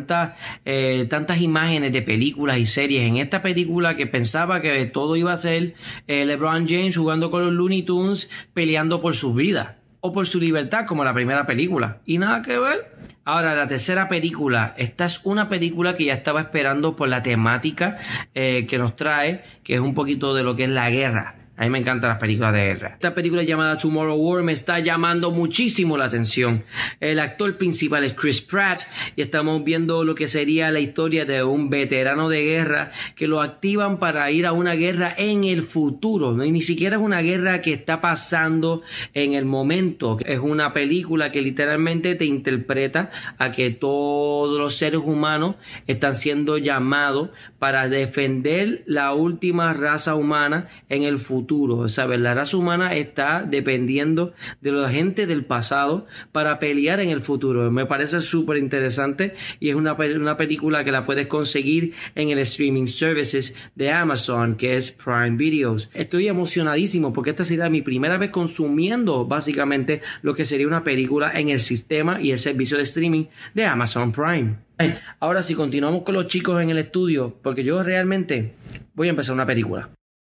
E: tantas imágenes de películas y series en esta película que pensaba que todo iba a ser LeBron James jugando con los Looney Tunes peleando por su vida o por su libertad como la primera película. Y nada que ver. Ahora, la tercera película. Esta es una película que ya estaba esperando por la temática que nos trae, que es un poquito de lo que es la guerra. A mí me encantan las películas de guerra. Esta película llamada Tomorrow War me está llamando muchísimo la atención. El actor principal es Chris Pratt y estamos viendo lo que sería la historia de un veterano de guerra que lo activan para ir a una guerra en el futuro. ¿No? Y ni siquiera es una guerra que está pasando en el momento. Es una película que literalmente te interpreta a que todos los seres humanos están siendo llamados para defender la última raza humana en el futuro. ¿Sabes? La raza humana está dependiendo de la gente del pasado para pelear en el futuro. Me parece súper interesante y es una película que la puedes conseguir en el streaming services de Amazon, que es Prime Videos. Estoy emocionadísimo porque esta sería mi primera vez consumiendo básicamente lo que sería una película en el sistema y el servicio de streaming de Amazon Prime. Ahora sí, continuamos con los chicos en el estudio porque yo realmente voy a empezar una película.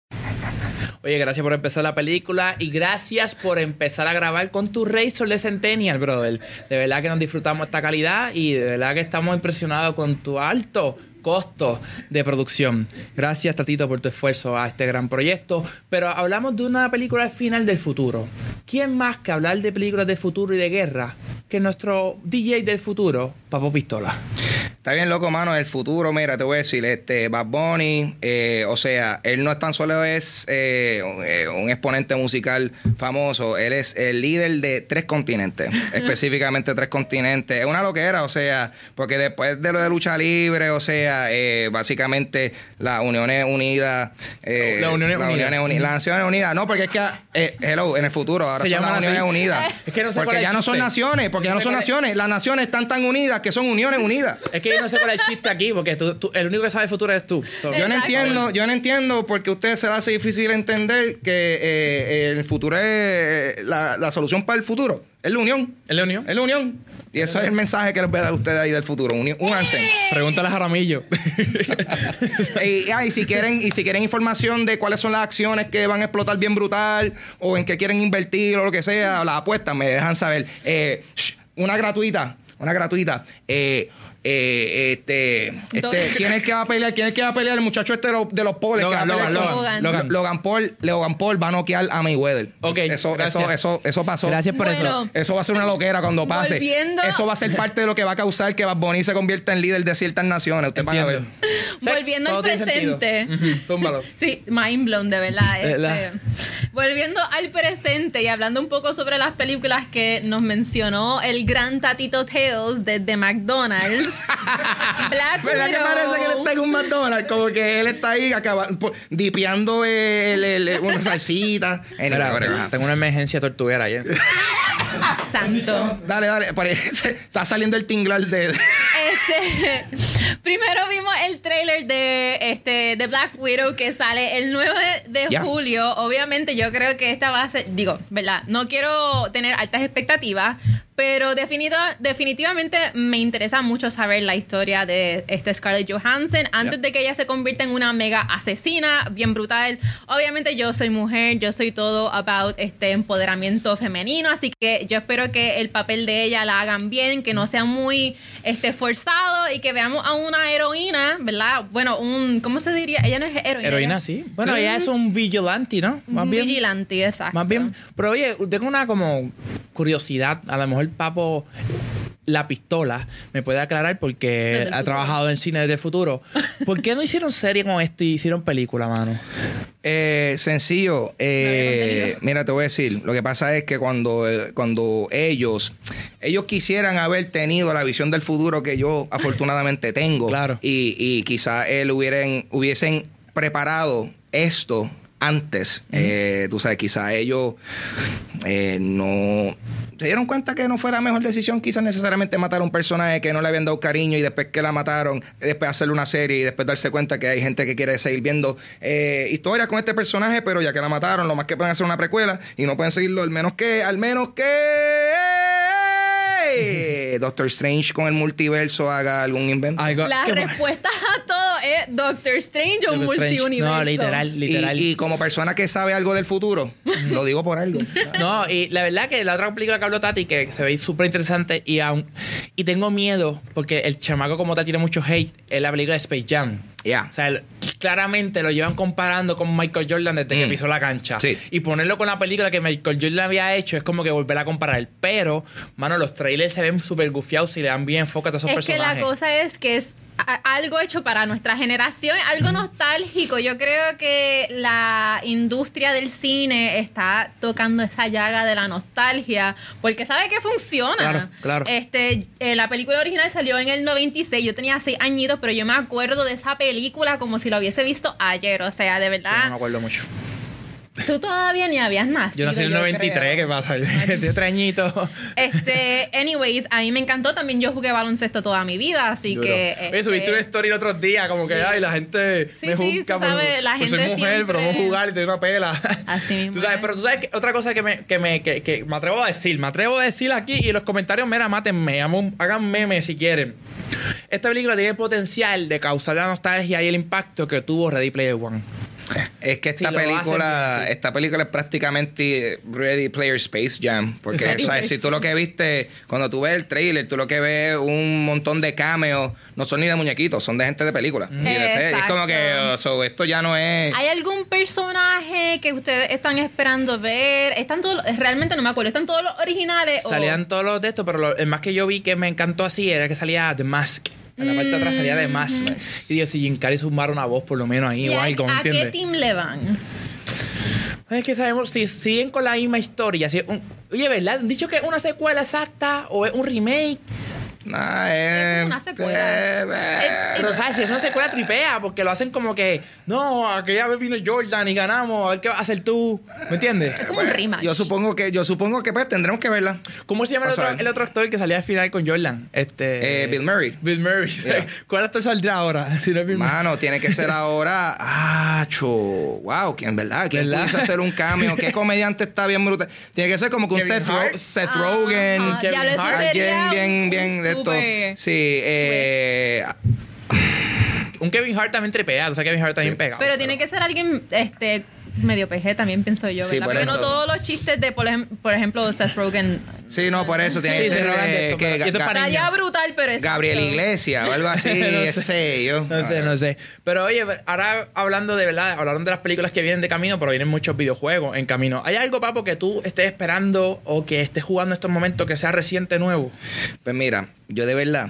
B: Oye, gracias por empezar la película y gracias por empezar a grabar con tu Razor de Centennial, brother. De verdad que nos disfrutamos esta calidad y de verdad que estamos impresionados con tu alto costo de producción. Gracias, Tatito, por tu esfuerzo a este gran proyecto. Pero hablamos de una película al final del futuro. ¿Quién más que hablar de películas de futuro y de guerra que nuestro DJ del futuro, Papo Pistola?
C: Está bien loco, mano, el futuro, mira, te voy a decir, Bad Bunny, o sea, él no es tan solo es un exponente musical famoso, él es el líder de 3 continentes, específicamente 3 continentes. Es una loquera, o sea, porque después de lo de lucha libre, o sea, básicamente las Uniones Unidas, las Naciones Unidas, no, porque es que, hello, en el futuro, ahora son las Uniones Unidas. Es que no sé porque ya no son naciones, las naciones están tan unidas que son Uniones Unidas.
B: Es que yo no sé cuál es el chiste aquí, porque el único que sabe el futuro eres tú.
C: Yo no entiendo porque a ustedes se les hace difícil entender que el futuro es la solución para el futuro. Es la unión.
B: ¿Es la unión?
C: Es la unión. Y eso es el mensaje que les voy a dar a ustedes ahí del futuro. Únanse.
B: Pregúntale a Jaramillo.
C: y si quieren información de cuáles son las acciones que van a explotar bien brutal o en qué quieren invertir o lo que sea, las apuestas, me dejan saber. Una gratuita. ¿Quién es el que va a pelear? El muchacho de los Pauls. Logan Paul va a noquear a Mayweather.
B: Okay,
C: eso pasó.
B: Gracias por eso.
C: Eso va a ser una loquera cuando pase. Eso va a ser parte de lo que va a causar que Bad Bunny se convierta en líder de ciertas naciones. Usted van a ver.
A: Volviendo al presente. Sí, mind blown, de verdad. Volviendo al presente y hablando un poco sobre las películas que nos mencionó el gran Tatito Tales desde McDonald's. Black Widow.
C: ¿Verdad que parece que él está en un McDonald's? Como que él está ahí dipeando una salsita.
B: Tengo una emergencia tortuguera ayer.
A: Santo.
C: Dale. Está saliendo el tinglar de...
A: Primero vimos el trailer de Black Widow que sale el 9 de julio. Obviamente yo creo que esta va a ser, ¿verdad? No quiero tener altas expectativas, pero definitivamente me interesa mucho saber la historia de Scarlett Johansson antes de que ella se convierta en una mega asesina bien brutal. Obviamente yo soy mujer, yo soy todo about empoderamiento femenino, así que yo espero que el papel de ella la hagan bien, que no sea muy forzado y que veamos a una heroína, ¿verdad? Bueno, ¿cómo se diría? Ella no es heroína.
B: Heroína, sí. Bueno, ella es un vigilante, ¿no?
A: Más bien. Vigilante, exacto.
B: Más bien. Pero oye, tengo una como curiosidad. A lo mejor Papo la pistola me puede aclarar porque ha trabajado en cine desde el futuro. ¿Por qué no hicieron serie con esto y hicieron película, mano?
C: Sencillo. Mira, te voy a decir. Lo que pasa es que cuando ellos quisieran haber tenido la visión del futuro que yo afortunadamente tengo.
B: Claro.
C: Y quizá hubiesen preparado esto antes. Tú sabes, quizá ellos no se dieron cuenta que no fue la mejor decisión quizás necesariamente matar a un personaje que no le habían dado cariño y después que la mataron, después hacerle una serie y después darse cuenta que hay gente que quiere seguir viendo historias con este personaje, pero ya que la mataron, lo más que pueden hacer una precuela y no pueden seguirlo, al menos que Doctor Strange con el multiverso haga algún invento.
A: La respuesta a todo es Doctor Strange o multiuniverso.
B: No, literal.
C: Y como persona que sabe algo del futuro, lo digo por algo.
B: No, y la verdad que la otra película que habló Tati, que se ve súper interesante y tengo miedo porque el chamaco como Tati tiene mucho hate, es la película de Space Jam.
C: Yeah.
B: O sea, claramente lo llevan comparando con Michael Jordan desde que pisó la cancha.
C: Sí.
B: Y ponerlo con la película que Michael Jordan había hecho es como que volver a comparar. Pero, mano, los trailers se ven súper gufiados y le dan bien enfoque a todos esos personajes.
A: Es que la cosa es que es algo hecho para nuestra generación, algo nostálgico. Yo creo que la industria del cine está tocando esa llaga de la nostalgia porque sabe que funciona.
B: Claro.
A: La película original salió en el 96. Yo tenía 6 añitos, pero yo me acuerdo de esa película como si la hubiese visto ayer. O sea, de verdad.
B: Yo no me acuerdo mucho.
A: Tú todavía ni habías nacido.
B: Yo nací en el 93, ¿qué pasa? De 3 añitos.
A: Anyways, a mí me encantó. También yo jugué baloncesto toda mi vida, así que...
B: Oye, subiste una story el otro día, como que, ay, la gente me juzga.
A: Sabes, la gente
B: soy mujer,
A: siempre...
B: pero vamos a jugar y te doy una pela.
A: Así mismo.
B: Pero tú sabes que otra cosa que me atrevo a decir. Me atrevo a decir aquí y en los comentarios, mira, mátenme, hagan memes si quieren. Esta película tiene el potencial de causar la nostalgia y el impacto que tuvo Ready Player One.
C: Es que esta película es prácticamente Ready Player Space Jam. Porque, ¿sabes? Si tú lo que viste, cuando tú ves el trailer, tú lo que ves un montón de cameos, no son ni de muñequitos, son de gente de película. Y de serie. Es como que esto ya no es...
A: ¿Hay algún personaje que ustedes están esperando ver? ¿Están todos? Realmente no me acuerdo. ¿Están todos los originales?
B: Salían todos los de estos, pero el más que yo vi que me encantó así era que salía The Mask. En la parte de atrás salía de Mask. Y digo, si Jim Carrey sumara una voz por lo menos ahí o algo, ¿me entiendes?
A: ¿A qué team le van?
B: Es que sabemos si siguen con la misma historia. Oye, ¿verdad? ¿Han dicho que es una secuela exacta o es un remake?
A: Es una secuela.
B: Pero sabes, si es una secuela tripea, porque lo hacen como que no, aquella vez vino Jordan y ganamos, a ver qué vas a hacer tú. ¿Me entiendes?
A: Es como un rematch.
C: Yo supongo que pues tendremos que verla.
B: ¿Cómo se llama el otro actor que salía al final con Jordan?
C: Bill Murray.
B: Bill Murray. Yeah. ¿Cuál actor saldrá ahora? Si no es Bill
C: Mano, tiene que ser ahora. Wow, ¿quién pudiese hacer un cameo? ¿Qué comediante está bien brutal? Tiene que ser como que un Seth Rogen.
A: Kevin Hart.
C: Bien de esto. Sí,
B: un Kevin Hart también tripeado, o sea, Kevin Hart también pegado.
A: Pero tiene que ser alguien medio PG también, pienso yo, ¿verdad? Porque no todos los chistes de, por ejemplo, Seth Rogen.
C: Sí, no, por eso tiene que ser
A: está ya brutal, pero es
C: Gabriel Iglesias o algo así.
B: No sé. Pero oye, ahora hablando de verdad, hablaron de las películas que vienen de camino, pero vienen muchos videojuegos en camino. ¿Hay algo, Papo, que tú estés esperando o que estés jugando en estos momentos que sea reciente, nuevo?
C: Pues mira, yo de verdad,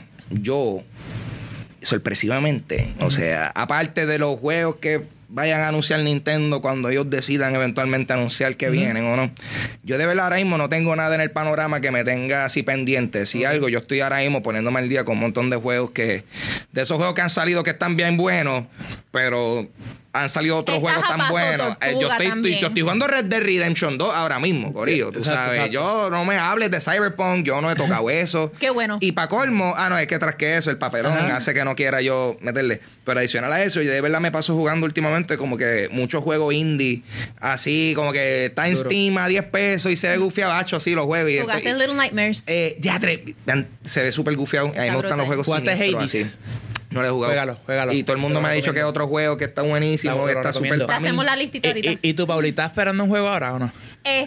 C: sorpresivamente, o sea, aparte de los juegos que vayan a anunciar Nintendo cuando ellos decidan eventualmente anunciar que vienen o no. Yo de verdad ahora mismo no tengo nada en el panorama que me tenga así pendiente. Si algo, yo estoy ahora mismo poniéndome al día con un montón de juegos de esos juegos que han salido que están bien buenos, pero han salido otros juegos tan buenos. Yo estoy jugando Red Dead Redemption 2 ahora mismo, corillo. Tú sabes, exacto. Yo no me hables de Cyberpunk, yo no he tocado eso.
A: Qué bueno.
C: Y para colmo, no, es que tras que eso, el papelón hace que no quiera yo meterle. Pero adicional a eso, yo de verdad me paso jugando últimamente como que muchos juegos indie, así como que está en Steam a 10 pesos y se ve gufiabacho así los juegos.
A: ¿Jugaste Little Nightmares?
C: Se ve súper gufiado. A mí me gustan los juegos siniestros así. No le he jugado.
B: Juégalo.
C: Y todo el mundo me ha dicho que es otro juego que está buenísimo, que está súper
A: para mí. Hacemos la listita ahorita.
B: ¿Y tú, Pauli, estás esperando un juego ahora o no?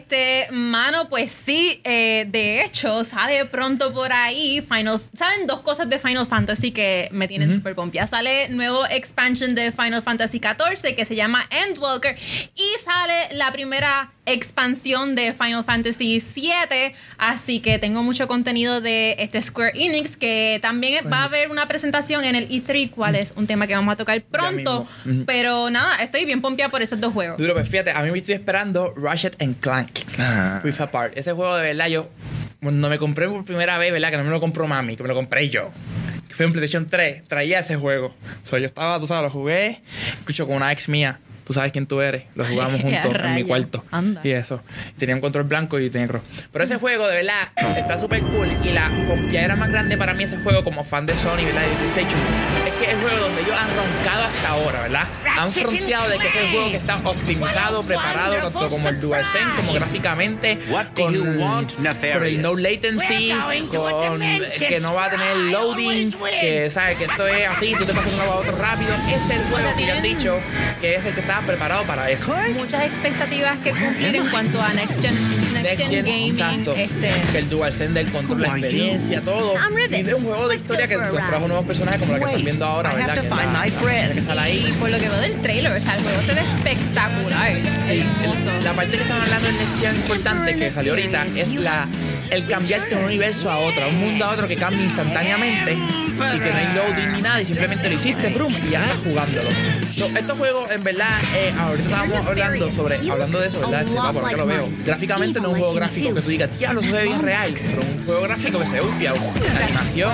A: Mano, pues sí. De hecho, sale pronto por ahí salen dos cosas de Final Fantasy que me tienen súper pompeada. Sale nuevo expansion de Final Fantasy XIV que se llama Endwalker. Y sale la primera expansión de Final Fantasy VII. Así que tengo mucho contenido de Square Enix, que también va a haber una presentación en el E3, cual es un tema que vamos a tocar pronto. Pero nada, estoy bien pompeada por esos dos juegos.
B: Duro, pues fíjate, a mí me estoy esperando Ratchet & Clank Rift Apart. Ese juego de verdad, yo cuando me compré por primera vez, ¿verdad? Que no me lo compró mami, que me lo compré yo. Que fue en PlayStation 3, traía ese juego. Yo estaba, tú sabes, lo jugué, escucho con una ex mía. Tú sabes quién tú eres. Lo jugamos juntos en mi cuarto.
A: Anda.
B: Y eso. Tenía un control blanco y negro. Pero ese juego, de verdad, está súper cool. Y la pompeadera más grande para mí, ese juego, como fan de Sony, ¿verdad? Y de PlayStation, es que es el juego donde ellos han roncado hasta ahora, ¿verdad? Han fronteado de que es el juego que está optimizado, preparado, tanto como el DualSense, como gráficamente, con el no latency, con que no va a tener loading, que sabes que esto es así, tú te pasas de un lado a otro rápido. Este es el juego que han dicho que es el que está preparado para eso.
A: Muchas expectativas que cumplir en cuanto a Next Gen Gaming.
B: Exacto. Que el DualSense del control, la experiencia, todo. Y de un juego de historia que trajo nuevos personajes como la que están viendo ahora, ¿verdad? Que sale ahí.
A: Y por lo que veo del trailer, o sea, el juego se ve espectacular.
B: Sí, la parte que están hablando en Next Gen importante que salió ahorita es el cambiarte de un universo a otro, un mundo a otro que cambia instantáneamente y que no hay loading ni nada y simplemente lo hiciste, brum, y ya estás jugándolo. Estos juegos, en verdad, ahorita estábamos hablando de eso, ¿verdad? Porque lo veo. Gráficamente no es un juego gráfico que tú digas, diablo, eso se ve bien real, pero un juego gráfico que se ve ufia, la animación.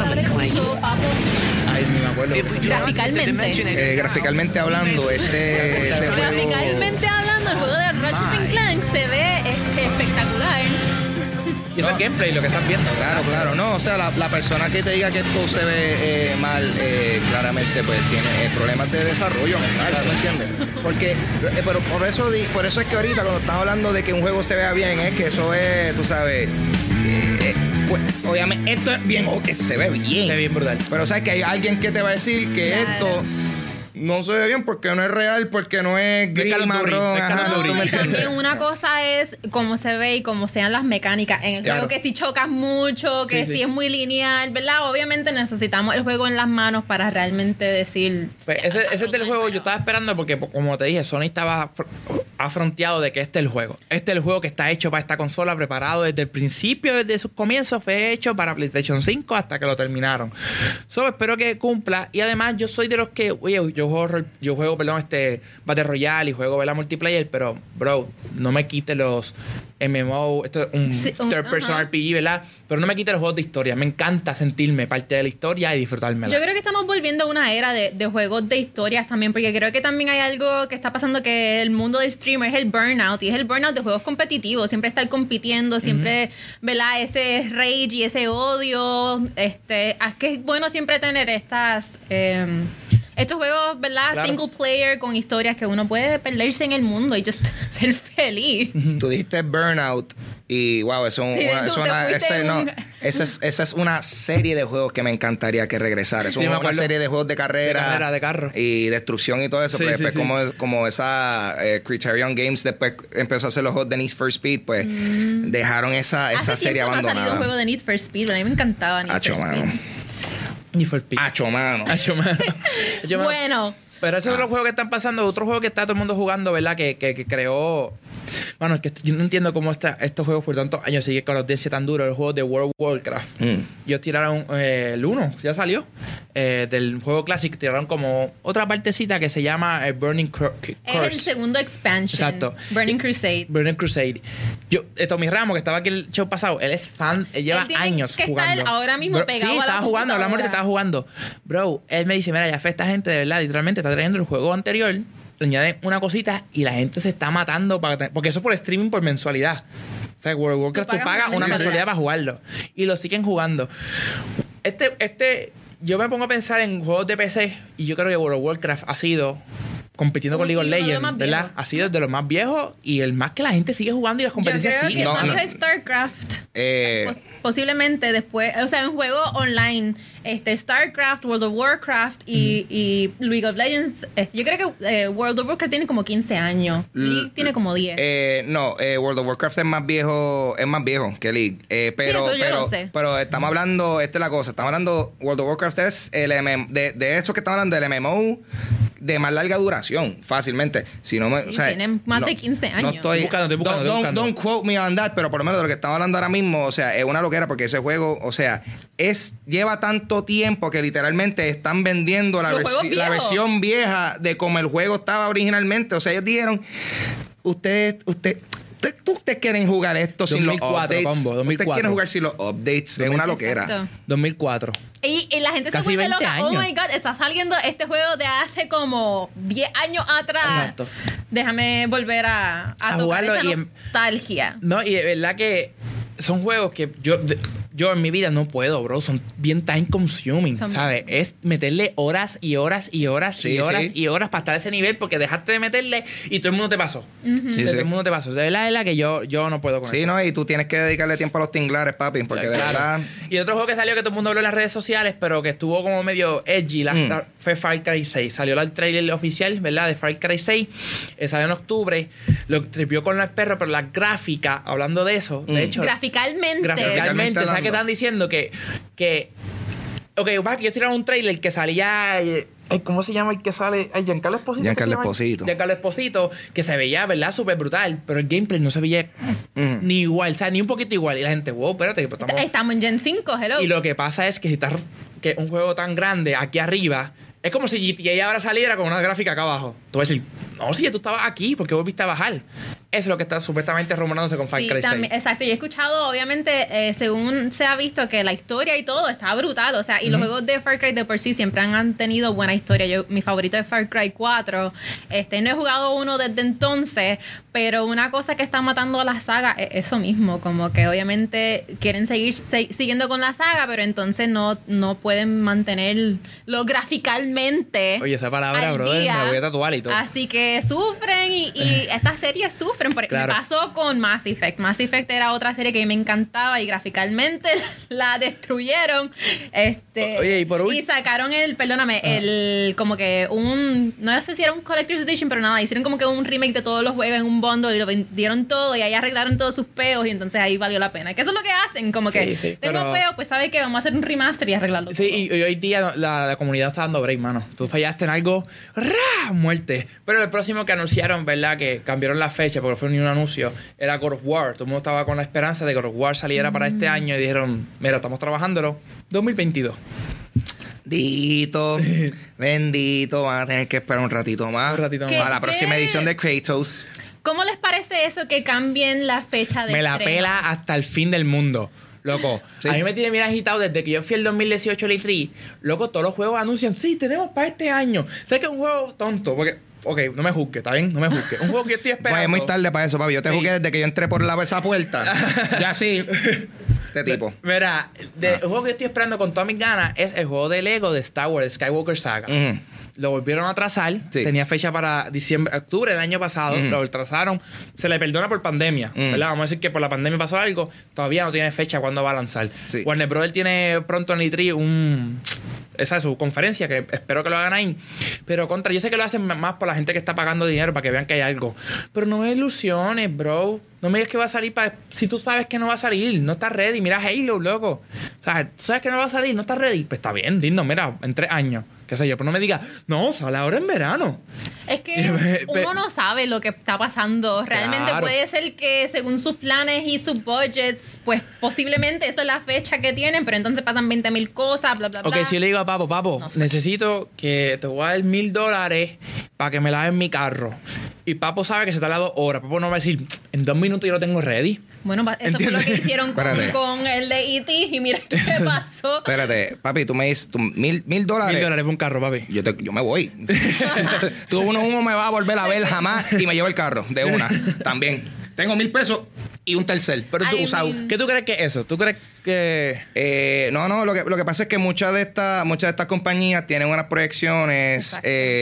B: Ay, ni me acuerdo.
C: Graficalmente hablando,
A: Graficalmente hablando, el juego de Ratchet & Clank se ve espectacular.
B: Y eso es gameplay, lo que están viendo.
C: Claro. No, o sea, la persona que te diga que esto se ve mal, claramente pues tiene problemas de desarrollo mental, ¿me entiendes? Porque, pero por eso es que ahorita cuando estamos hablando de que un juego se vea bien, es que eso es, tú sabes, pues, obviamente esto es bien, se ve bien.
B: Se ve bien brutal.
C: Pero sabes que hay alguien que te va a decir que esto no se ve bien porque no es real, porque no es gris marrón.
A: Y también una cosa es cómo se ve y cómo sean las mecánicas en el juego, que si chocas mucho, que si es muy lineal, ¿verdad? Obviamente necesitamos el juego en las manos para realmente decir...
B: Pues ese es del juego yo estaba esperando porque, como te dije, Sony estaba afronteado de que este es el juego. Este es el juego que está hecho para esta consola, preparado desde el principio, desde sus comienzos, fue hecho para PlayStation 5 hasta que lo terminaron. Espero que cumpla. Y además yo soy de los que, oye, yo juego Battle Royale y juego multiplayer, pero, bro, no me quite los MMO, esto es un third person RPG, ¿verdad? Pero no me quite los juegos de historia. Me encanta sentirme parte de la historia y disfrutármela.
A: Yo creo que estamos volviendo a una era de juegos de historias también, porque creo que también hay algo que está pasando, que el mundo del streamer es el burnout, y es el burnout de juegos competitivos, siempre estar compitiendo, siempre, ¿verdad? Ese rage y ese odio, es que es bueno siempre tener estos juegos, ¿verdad? Claro. Single player con historias que uno puede perderse en el mundo y just ser feliz.
C: Tú dijiste burnout y wow, esa es una serie de juegos que me encantaría que regresara. Es una serie de juegos de carrera,
B: de carro
C: y destrucción y todo eso. Pero después como esa Criterion Games después empezó a hacer los juegos de Need for Speed, pues dejaron esa serie abandonada.
A: Ha salido un juego de Need for Speed, a mí me encantaba Need for Speed.
B: Ni for Speed.
C: Acho, mano.
A: Bueno.
B: Pero ese es otro juego que están pasando, otro juego que está todo el mundo jugando, ¿verdad? Que creó... Bueno, es que yo no entiendo cómo estos juegos por tantos años siguen con la audiencia tan duro. El juego de World of Warcraft. Ellos tiraron el 1, ya salió. Del juego clásico tiraron como otra partecita que se llama Burning Curse.
A: Es el segundo expansion.
B: Exacto.
A: Burning Crusade.
B: Burning Crusade. Tommy Ramos, que estaba aquí el show pasado, él es fan, él lleva años jugando.
A: Estar ahora mismo pegado
B: sí,
A: a la
B: estaba jugando, hablamos de que estaba jugando. Bro, él me dice, mira, ya fue esta gente de verdad, literalmente está trayendo el juego anterior, le añaden una cosita y la gente se está matando porque eso por streaming por mensualidad. O sea, World of Warcraft tú pagas una mensualidad para jugarlo y lo siguen jugando. Yo me pongo a pensar en juegos de PC y yo creo que World of Warcraft ha sido, compitiendo con League of Legends, ¿verdad? Ha sido de los más viejos y el más que la gente sigue jugando y las competencias siguen.
A: Yo creo que es StarCraft. Posiblemente después, o sea, un juego online, StarCraft, World of Warcraft y League of Legends. Yo creo que World of Warcraft tiene como 15 años. League tiene como 10.
C: World of Warcraft es más viejo que League. Pero,
A: eso yo lo sé.
C: Pero estamos hablando, esta es la cosa, estamos hablando, World of Warcraft es el de eso que estamos hablando, del MMO de más larga duración, fácilmente. Si no
A: tienen más de 15 años.
C: No estoy buscando. Don't quote me on that, pero por lo menos de lo que estamos hablando ahora mismo, o sea, es una loquera porque ese juego, o sea, lleva tanto tiempo que literalmente están vendiendo la versión vieja de como el juego estaba originalmente. O sea, ellos dijeron, ustedes quieren jugar esto 2004, sin los updates.
B: Combo, 2004.
C: Ustedes quieren jugar sin los updates. Es una loquera.
A: Exacto.
B: 2004.
A: Y la gente
B: casi
A: se vuelve loca.
B: años.
A: Oh my God, está saliendo este juego de hace como 10 años atrás.
B: Exacto.
A: Déjame volver a tocar esa nostalgia.
B: No, y de verdad que son juegos que yo en mi vida no puedo, bro. Son bien time consuming, ¿sabes? Es meterle horas y horas y horas y horas y horas para estar a ese nivel porque dejaste de meterle y todo el mundo te pasó. Todo el mundo te pasó. De verdad que yo no puedo con eso.
C: Sí, no, y tú tienes que dedicarle tiempo a los tinglares, papi, porque de verdad...
B: Y otro juego que salió que todo el mundo habló en las redes sociales, pero que estuvo como medio edgy, fue Far Cry 6. Salió el trailer oficial, ¿verdad? De Far Cry 6. Salió en octubre. Lo tripió con los perros, pero la gráfica, hablando de eso, de hecho...
A: Graficalmente,
B: ¿sabes qué están diciendo? Ok, ellos tiraron un trailer que salía... ¿Cómo se llama el que sale? Giancarlo Esposito. Giancarlo Esposito, que se veía, ¿verdad? Súper brutal, pero el gameplay no se veía ni igual, o sea, ni un poquito igual. Y la gente, wow, espérate. Pues
A: estamos en Gen 5, hello.
B: Y lo que pasa es que si estás... que un juego tan grande aquí arriba... Es como si GTA ahora saliera con una gráfica acá abajo. Tú vas a decir, no, si tú estabas aquí, ¿por qué volviste a bajar? Eso es lo que está supuestamente rumorándose con Far Cry 6.
A: Exacto. Yo he escuchado, obviamente, según se ha visto, que la historia y todo está brutal. O sea, y los juegos de Far Cry de por sí siempre han tenido buena historia. Mi favorito es Far Cry 4. No he jugado uno desde entonces, pero una cosa que está matando a la saga es eso mismo. Como que obviamente quieren seguir siguiendo con la saga, pero entonces no pueden mantenerlo graficalmente.
B: Oye, esa palabra, brother, me la voy a tatuar y todo.
A: Así que sufren y estas series sufren. pero me pasó con Mass Effect. Mass Effect era otra serie que a mí me encantaba y graficalmente la destruyeron.
B: Oye,
A: y sacaron como que no sé si era un Collector's Edition, pero nada, hicieron como que un remake de todos los juegos en un bundle y lo vendieron todo y ahí arreglaron todos sus peos y entonces ahí valió la pena. Que eso es lo que hacen, como que tengo peos, pues ¿sabes qué? Vamos a hacer un remaster y arreglarlo todo.
B: Sí, y hoy día la comunidad está dando break, mano. Tú fallaste en algo, muerte. Pero el próximo que anunciaron, ¿verdad? Que cambiaron la fecha porque fue un anuncio, era God of War. Todo el mundo estaba con la esperanza de que God of War saliera para este año y dijeron, mira, estamos trabajándolo 2022.
C: Bendito, van a tener que esperar un ratito más. A la próxima edición de Kratos.
A: ¿Cómo les parece eso que cambien la fecha de
B: Me la pela hasta el fin del mundo. Loco, sí. A mí me tiene bien agitado desde que yo fui el 2018 al E3. Loco, todos los juegos anuncian, sí, tenemos para este año. Sé que es un juego tonto, porque... Ok, no me juzgue, ¿está bien? No me juzgue. Un juego que yo estoy esperando.
C: Pues es muy tarde para eso, papi. Yo te juzgué desde que yo entré por esa puerta. Ya sí. Este tipo.
B: Mira, el juego que yo estoy esperando con todas mis ganas es el juego de Lego de Star Wars, Skywalker Saga. Lo volvieron a atrasar. Sí. Tenía fecha para octubre del año pasado. Lo retrasaron. Se le perdona por pandemia, ¿verdad? Vamos a decir que por la pandemia pasó algo. Todavía no tiene fecha cuándo va a lanzar. Sí. Warner Bros. Tiene pronto en E3 esa es su conferencia, que espero que lo hagan ahí. Pero yo sé que lo hacen más por la gente que está pagando dinero para que vean que hay algo. Pero no me ilusiones, bro. No me digas que va a salir si tú sabes que no va a salir. No estás ready. Mira Halo, loco. O sea, tú sabes que no va a salir, no estás ready. Pues está bien, lindo, mira, en 3 años. Qué sé yo, pero no me digas, no, sale ahora en verano.
A: Es que uno no sabe lo que está pasando. Realmente puede ser que según sus planes y sus budgets, pues posiblemente esa es la fecha que tienen, pero entonces pasan 20,000 cosas, bla, bla, bla.
B: Ok, si yo le digo a Papo, no sé. Necesito que te voy a dar $1,000 para que me laves mi carro. Y Papo sabe que se tarda 2 horas. Papo no va a decir, en 2 minutos yo lo tengo ready.
A: Bueno, eso ¿entiendes? Fue lo que hicieron con el de E.T. y mira qué pasó.
C: Espérate, papi, tú me dices $1,000.
B: $1,000 por un carro, papi.
C: Yo me voy. Tú uno me va a volver a ver jamás y me llevo el carro de una. También. Tengo $1,000 y un tercer. Pero tú usado.
B: ¿Qué tú crees que es eso? ¿Tú crees que...?
C: No, lo que pasa es que muchas de estas compañías tienen unas proyecciones...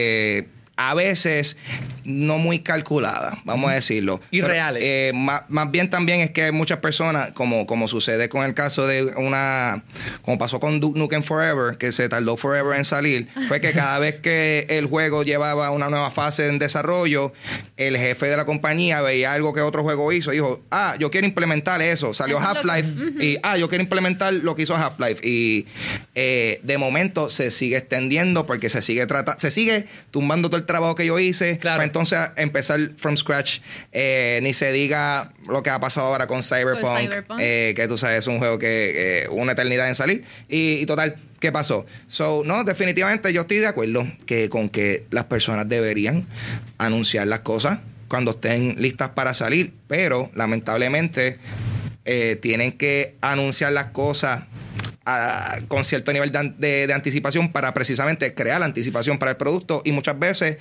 C: a veces no muy calculadas, vamos a decirlo.
B: Irreales.
C: Más bien también es que hay muchas personas, como sucede con el caso de como pasó con Duke Nukem Forever, que se tardó forever en salir, fue que cada vez que el juego llevaba una nueva fase en desarrollo, el jefe de la compañía veía algo que otro juego hizo y dijo, yo quiero implementar eso. Salió Half-Life y, yo quiero implementar lo que hizo Half-Life. Y de momento se sigue extendiendo porque se sigue tumbando todo el trabajo que yo hice, para entonces empezar from scratch. Ni se diga lo que ha pasado ahora con Cyberpunk. Que tú sabes, es un juego que una eternidad en salir. Y total, ¿qué pasó? No, definitivamente yo estoy de acuerdo con que las personas deberían anunciar las cosas cuando estén listas para salir, pero lamentablemente tienen que anunciar las cosas con cierto nivel de anticipación para precisamente crear la anticipación para el producto y muchas veces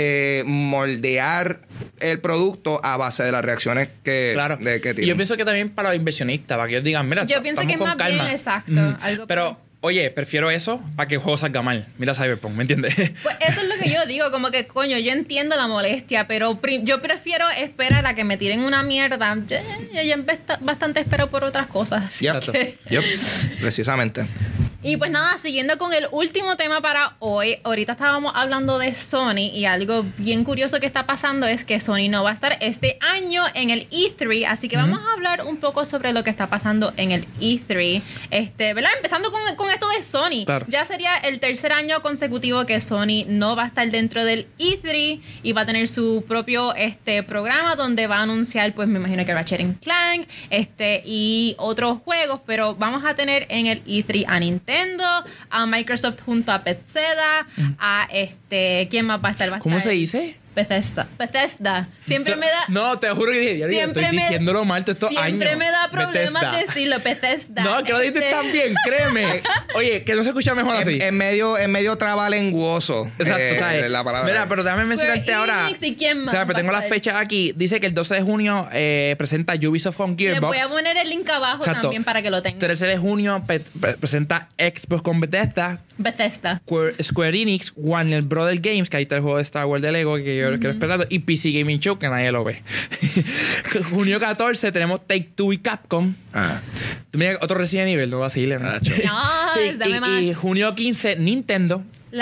C: moldear el producto a base de las reacciones que tienen.
B: Y yo pienso que también para los inversionistas, para que ellos digan, mira,
A: yo pienso que es más
B: calma.
A: Bien exacto.
B: Pero oye, prefiero eso a que el juego salga mal. Mira Cyberpunk, ¿me entiendes?
A: Pues eso es lo que yo digo, como que, coño, yo entiendo la molestia, pero yo prefiero esperar a que me tiren una mierda. Yo bastante espero por otras cosas.
C: Yep, precisamente.
A: Y pues nada, siguiendo con el último tema para hoy. Ahorita estábamos hablando de Sony y algo bien curioso que está pasando es que Sony no va a estar este año en el E3, así que vamos a hablar un poco sobre lo que está pasando en el E3, ¿verdad? Empezando con esto de Sony. Claro. Ya sería el 3er año consecutivo que Sony no va a estar dentro del E3 y va a tener su propio programa donde va a anunciar, pues me imagino que Ratchet & Clank y otros juegos, pero vamos a tener en el E3 a Nintendo, a Microsoft junto a Bethesda, a ¿quién más va a estar?
B: ¿Cómo se dice?
A: Bethesda. Siempre me da...
B: No, te juro que estoy diciéndolo mal todos estos años.
A: Siempre me da problemas decirlo, Bethesda.
B: No, que lo dijiste tan bien, créeme. Oye, que no se escucha mejor así.
C: Es medio trabalenguoso.
B: Exacto, ¿sabes?
C: La palabra.
B: Mira, pero déjame mencionarte ahora.
A: ¿Quién más?
B: O sea, pero tengo las fechas aquí. Dice que el 12 de junio presenta Ubisoft con Gearbox.
A: Le voy a poner el link abajo también para que lo tengan.
B: 13 de junio presenta Xbox con Bethesda.
A: Bethesda.
B: Square Enix, Warner Brothers Games, que ahí está el juego de Star Wars de Lego, que yo quiero esperar, y PC Gaming Show, que nadie lo ve. Junio 14 tenemos Take-Two y Capcom. Mira, otro Resident Evil, no va a seguirle.
A: No, dame más.
B: Y junio 15, Nintendo.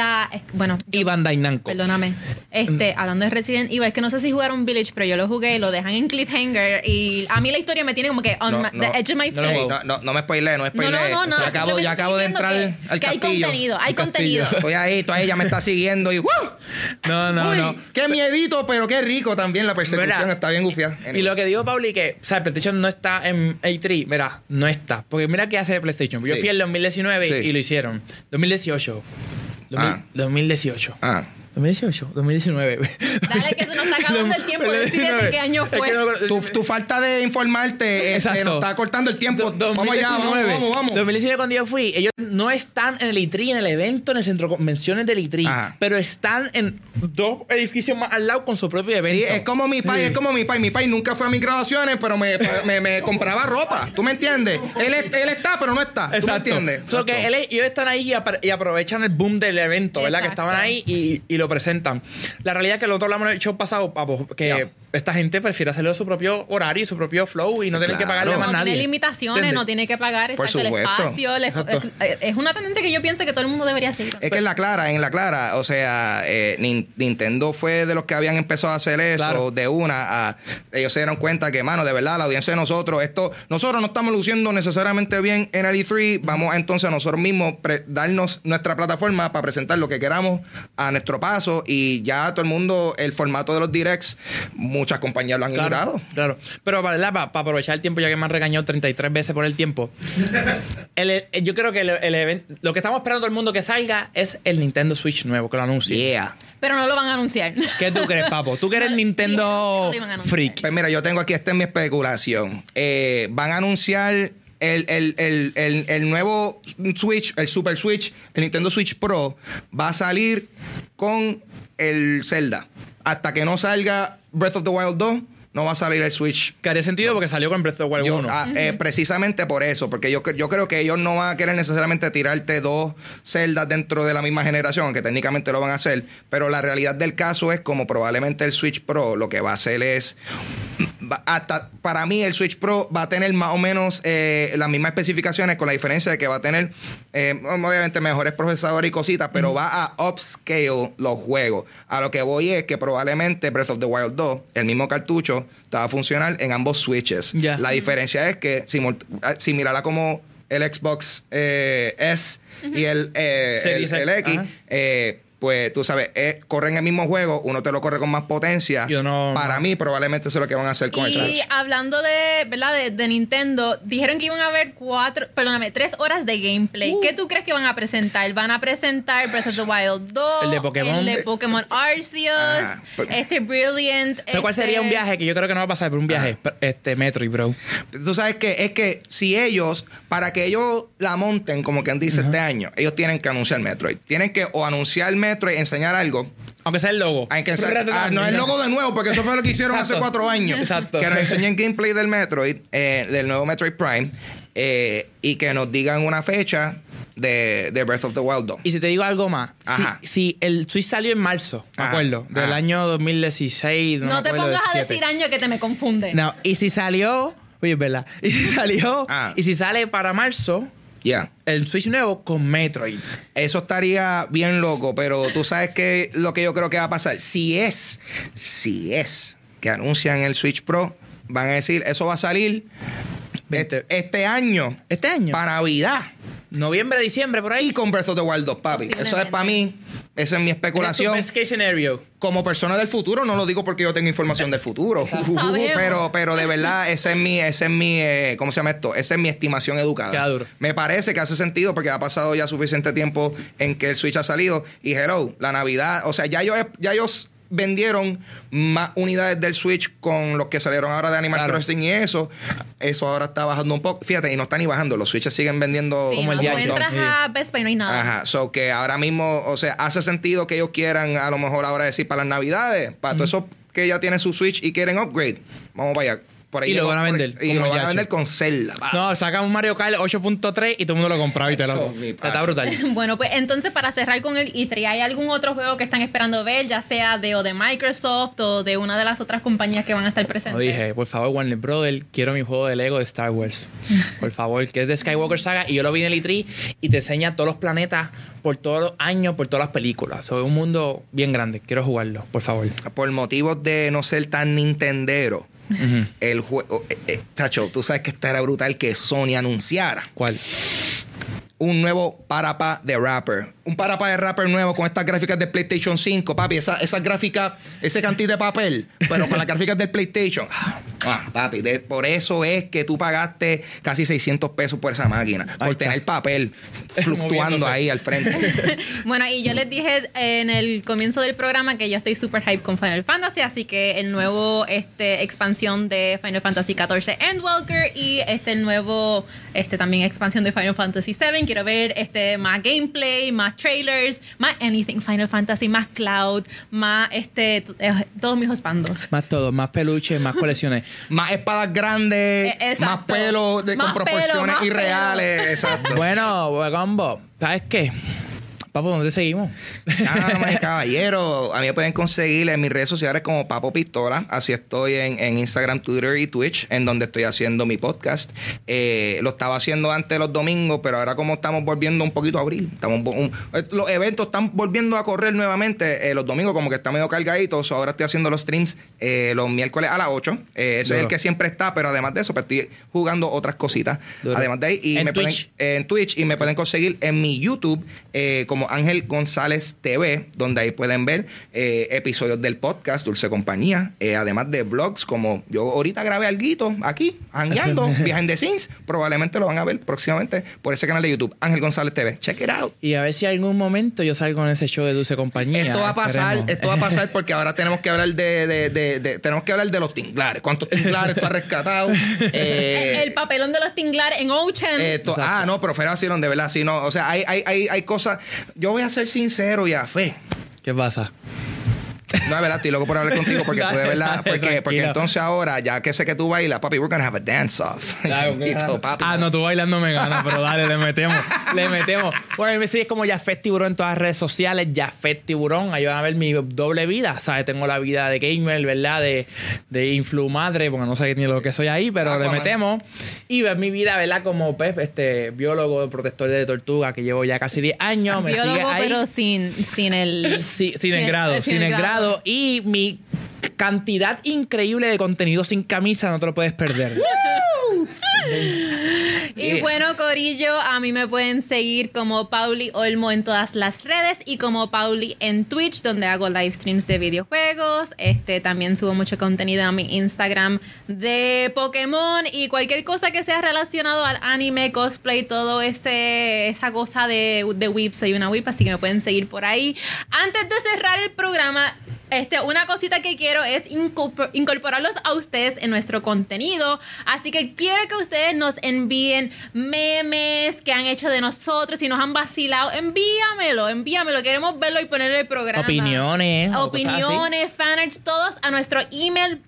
A: Y
B: Bandai Namco.
A: Perdóname. Hablando de Resident Evil, es que no sé si jugaron Village, pero yo lo jugué y lo dejan en cliffhanger. Y a mí la historia me tiene como que the edge of my face.
C: No me spoileé, no.
A: Ya
C: acabo de entrar al
A: que
C: castillo.
A: Hay contenido.
C: Estoy ahí, ella me está siguiendo y
B: No.
C: Qué miedito, pero qué rico también la persecución. Está bien gufiada.
B: Y lo que digo, Pauli, que PlayStation no está en A3. Mira, no está. Porque mira qué hace PlayStation. Yo fui en 2019 y lo hicieron. 2018. 2018. 2019.
A: Dale, que se nos está acabando el tiempo. Decide qué año fue.
C: Tu falta de informarte nos está cortando el tiempo. Vamos allá, vamos.
B: 2019 cuando yo fui, ellos no están en el E3, en el evento, en el centro de convenciones del E3, pero están en 2 edificios más al lado con su propio evento.
C: Sí, es como mi pai. Mi pai nunca fue a mis graduaciones, pero me compraba ropa. ¿Tú me entiendes? Él está, pero no está. ¿Tú me entiendes?
B: Ellos están ahí y aprovechan el boom del evento, ¿verdad? Que estaban ahí y lo presentan. La realidad es que nosotros hablamos en el show pasado, Papo, que esta gente prefiere hacerlo de su propio horario y su propio flow y no tiene que pagarle a más nadie.
A: No tiene limitaciones, no tiene que pagar el espacio. Es una tendencia que yo pienso que todo el mundo debería seguir.
C: Es que en la clara, o sea, Nintendo fue de los que habían empezado a hacer eso de una. Ellos se dieron cuenta que, mano, de verdad, la audiencia de nosotros no estamos luciendo necesariamente bien en el E3. Vamos entonces a nosotros mismos darnos nuestra plataforma para presentar lo que queramos a nuestro paso, y ya todo el mundo, el formato de los directs, muchas compañías lo han ignorado.
B: Claro. Pero para aprovechar el tiempo, ya que me han regañado 33 veces por el tiempo, yo creo que el evento, lo que estamos esperando todo el mundo que salga es el Nintendo Switch nuevo, que lo anuncie.
A: Pero no lo van a anunciar.
B: ¿Qué tú crees, Papo? ¿Tú que eres Nintendo freak?
C: Pues mira, yo tengo aquí, esta es mi especulación. Van a anunciar el nuevo Switch, el Super Switch, el Nintendo Switch Pro, va a salir con el Zelda. Hasta que no salga Breath of the Wild 2, no va a salir el Switch.
B: Que haría sentido porque salió con Breath of the Wild 1.
C: Precisamente por eso, porque yo creo que ellos no van a querer necesariamente tirarte 2 Zeldas dentro de la misma generación, aunque técnicamente lo van a hacer, pero la realidad del caso es como probablemente el Switch Pro lo que va a hacer es, hasta para mí el Switch Pro va a tener más o menos las mismas especificaciones, con la diferencia de que va a tener obviamente mejores procesadores y cositas, pero va a upscale los juegos. A lo que voy es que probablemente Breath of the Wild 2, el mismo cartucho, te va a funcionar en ambos switches. La diferencia es que si mirala como el Xbox S y el X, pues tú sabes, corren el mismo juego, uno te lo corre con más potencia. Para mí, probablemente eso es lo que van a hacer con el Switch.
A: Y hablando de Nintendo, dijeron que iban a haber 3 horas de gameplay. ¿Qué tú crees que van a presentar? ¿Van a presentar Breath of the Wild 2?
B: El de Pokémon
A: Arceus, Brilliant.
B: ¿Cuál sería un viaje que yo creo que no va a pasar? Pero un viaje, Metroid, bro.
C: Tú sabes que es que si ellos, para que ellos la monten, como quien dice, este año, ellos tienen que anunciar Metroid. Tienen que o anunciar Metroid, enseñar algo.
B: Aunque sea el logo.
C: No el logo de nuevo, porque eso fue lo que hicieron hace 4 años.
B: Exacto.
C: Que nos enseñen gameplay del Metroid, del nuevo Metroid Prime, y que nos digan una fecha de Breath of the Wild 2.
B: Y si te digo algo más, si el Switch salió en marzo, me acuerdo, del año 2016.
A: No te pongas 17. A decir año que te me confunde.
B: No, y si salió, oye, es verdad. Y si salió, y si sale para marzo, el Switch nuevo con Metroid.
C: Eso estaría bien loco, pero tú sabes que lo que yo creo que va a pasar, si es que anuncian el Switch Pro, van a decir, eso va a salir este año.
B: Este año.
C: Para Navidad.
B: Noviembre, diciembre, por ahí.
C: Y con Breath of the Wild 2, papi. Eso es para mí. Esa es mi especulación.
B: ¿Es tu best case scenario?
C: Como persona del futuro, no lo digo porque yo tengo información del futuro. pero de verdad, esa es mi ¿cómo se llama esto? Esa es mi estimación educada.
B: Qué duro.
C: Me parece que hace sentido porque ha pasado ya suficiente tiempo en que el Switch ha salido. Y la Navidad, o sea, ya ellos vendieron más unidades del Switch con los que salieron ahora de Animal Crossing y eso ahora está bajando un poco. Fíjate, y no están ni bajando. Los Switches siguen vendiendo
A: como el día. Tú entras a Best Buy y no hay nada.
C: Ajá. So que ahora mismo, o sea, hace sentido que ellos quieran a lo mejor ahora decir para las Navidades, para todos esos que ya tienen su Switch y quieren upgrade. Vamos para allá. por ahí
B: y lo van a vender.
C: Y lo van a vender con Zelda.
B: No, sacan un Mario Kart 8.3 y todo el mundo lo compra. Está brutal.
A: Bueno, pues entonces para cerrar con el E3, ¿hay algún otro juego que están esperando ver, ya sea de Microsoft o de una de las otras compañías que van a estar presentes?
B: Lo dije, por favor, Warner Brothers, quiero mi juego de Lego de Star Wars. Por favor, que es de Skywalker Saga y yo lo vi en el E3 y te enseña todos los planetas por todos los años, por todas las películas. Es un mundo bien grande. Quiero jugarlo, por favor.
C: Por motivos de no ser tan nintendero, el juego... Chacho, tú sabes que esta era brutal que Sony anunciara.
B: ¿Cuál?
C: Un nuevo parapa de rapper. Un parapa de rapper nuevo con estas gráficas de PlayStation 5, papi. Esas gráficas, ese cantidad de papel, pero con las gráficas del PlayStation. Papi, por eso es que tú pagaste casi $600 por esa máquina. Por tener papel fluctuando ahí al frente.
A: Bueno, y yo les dije en el comienzo del programa que yo estoy super hype con Final Fantasy, así que el nuevo expansión de Final Fantasy XIV Endwalker y el nuevo también expansión de Final Fantasy VII. Quiero ver más gameplay, más trailers, más anything Final Fantasy, más Cloud, más todos mis husbandos.
B: Más todo, más peluches, más colecciones.
C: Más espadas grandes, más pelo con proporciones irreales. Exacto.
B: Bueno, combo, ¿sabes qué? Papo, ¿dónde seguimos?
C: Nada, caballero. A mí me pueden conseguir en mis redes sociales como Papo Pistola. Así estoy en Instagram, Twitter y Twitch, en donde estoy haciendo mi podcast. Lo estaba haciendo antes los domingos, pero ahora como estamos volviendo un poquito a abril, los eventos están volviendo a correr nuevamente. Los domingos como que está medio cargaditos. Ahora estoy haciendo los streams los miércoles a las 8. Ese es el que siempre está, pero además de eso, pues estoy jugando otras cositas.
B: Duro.
C: Además de ahí, y
B: en Twitch.
C: En Twitch, y me pueden conseguir en mi YouTube como Ángel González TV, donde ahí pueden ver episodios del podcast Dulce Compañía, además de vlogs, como yo ahorita grabé alguito aquí, jangueando, behind the scenes. Probablemente lo van a ver próximamente por ese canal de YouTube, Ángel González TV. Check it out.
B: Y a ver si en algún momento yo salgo en ese show de Dulce Compañía.
C: Esto va a pasar porque ahora tenemos que hablar tenemos que hablar de los tinglares. ¿Cuántos tinglares tú has rescatado?
A: El papelón de los tinglares en Ocean.
C: No, pero fuera así, de verdad, sí, no. O sea, hay cosas. Yo voy a ser sincero y a fe.
B: ¿Qué pasa?
C: No, de verdad, estoy loco por hablar contigo porque tú de verdad, porque entonces ahora, ya que sé que tú bailas, papi, we're gonna have a dance-off.
B: No, tú bailando me ganas, pero dale, le metemos. Bueno, a mí me sigues como Jafet Tiburón en todas las redes sociales, Jafet Tiburón, ahí van a ver mi doble vida, ¿sabes? Tengo la vida de gamer, ¿verdad? De influmadre, porque no sé ni lo que soy ahí, pero le metemos. Y ver mi vida, ¿verdad? Como biólogo, protector de tortuga, que llevo ya casi 10 años. Me
A: biólogo,
B: sigue ahí.
A: Pero sin el...
B: sin el grado. Y mi cantidad increíble de contenido sin camisa no te lo puedes perder.
A: Y bueno, corillo, a mí me pueden seguir como Pauli Olmo en todas las redes y como Pauli en Twitch, donde hago live streams de videojuegos. También subo mucho contenido a mi Instagram de Pokémon y cualquier cosa que sea relacionado al anime, cosplay, todo esa cosa de whip. Soy una whip, así que me pueden seguir por ahí. Antes de cerrar el programa, una cosita que quiero es incorporarlos a ustedes en nuestro contenido. Así que quiero que ustedes nos envíen memes que han hecho de nosotros y nos han vacilado. Envíamelo. Queremos verlo y ponerlo en el programa.
B: Opiniones,
A: fanarts, todos a nuestro email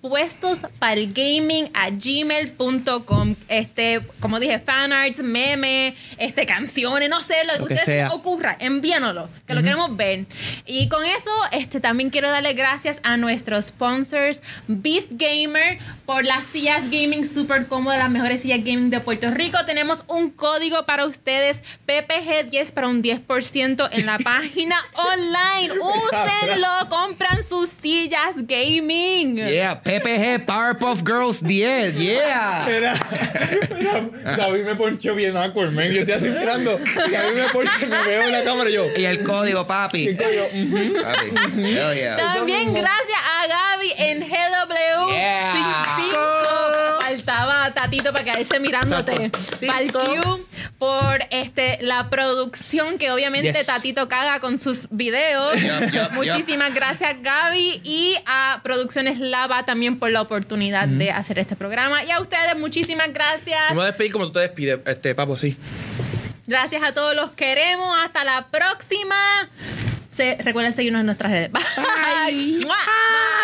A: puestospargaming@gmail.com. Como dije, fanarts, memes, canciones, no sé, lo que ustedes se les ocurra, envíanoslo, que lo queremos ver. Y con eso, también quiero darle gracias a nuestros sponsors, Beast Gamer, por las sillas gaming súper cómodas, las mejores sillas gaming de Puerto Rico. Tenemos un código para ustedes, PPG10, para un 10% en la página online. Úsenlo, compran sus sillas gaming.
C: Yeah, PPG Powerpuff Girls 10. Yeah.
B: Mira, David me ponchó bien awkward, man. Yo estoy asesorando. David me ponchó, me veo en la cámara y yo.
C: Y el código, papi.
B: El código.
C: Papi. Hell yeah.
A: También gracias a Gaby en GW5. Faltaba Tatito para caerse mirándote. Palq por la producción que obviamente Tatito caga con sus videos. Muchísimas gracias, Gaby. Y a Producciones Lava también por la oportunidad de hacer este programa. Y a ustedes, muchísimas gracias.
B: Me voy a despedir como tú te despides, Papo, sí.
A: Gracias a todos, los queremos. Hasta la próxima. Recuerden seguirnos en nuestras redes. Bye. Bye.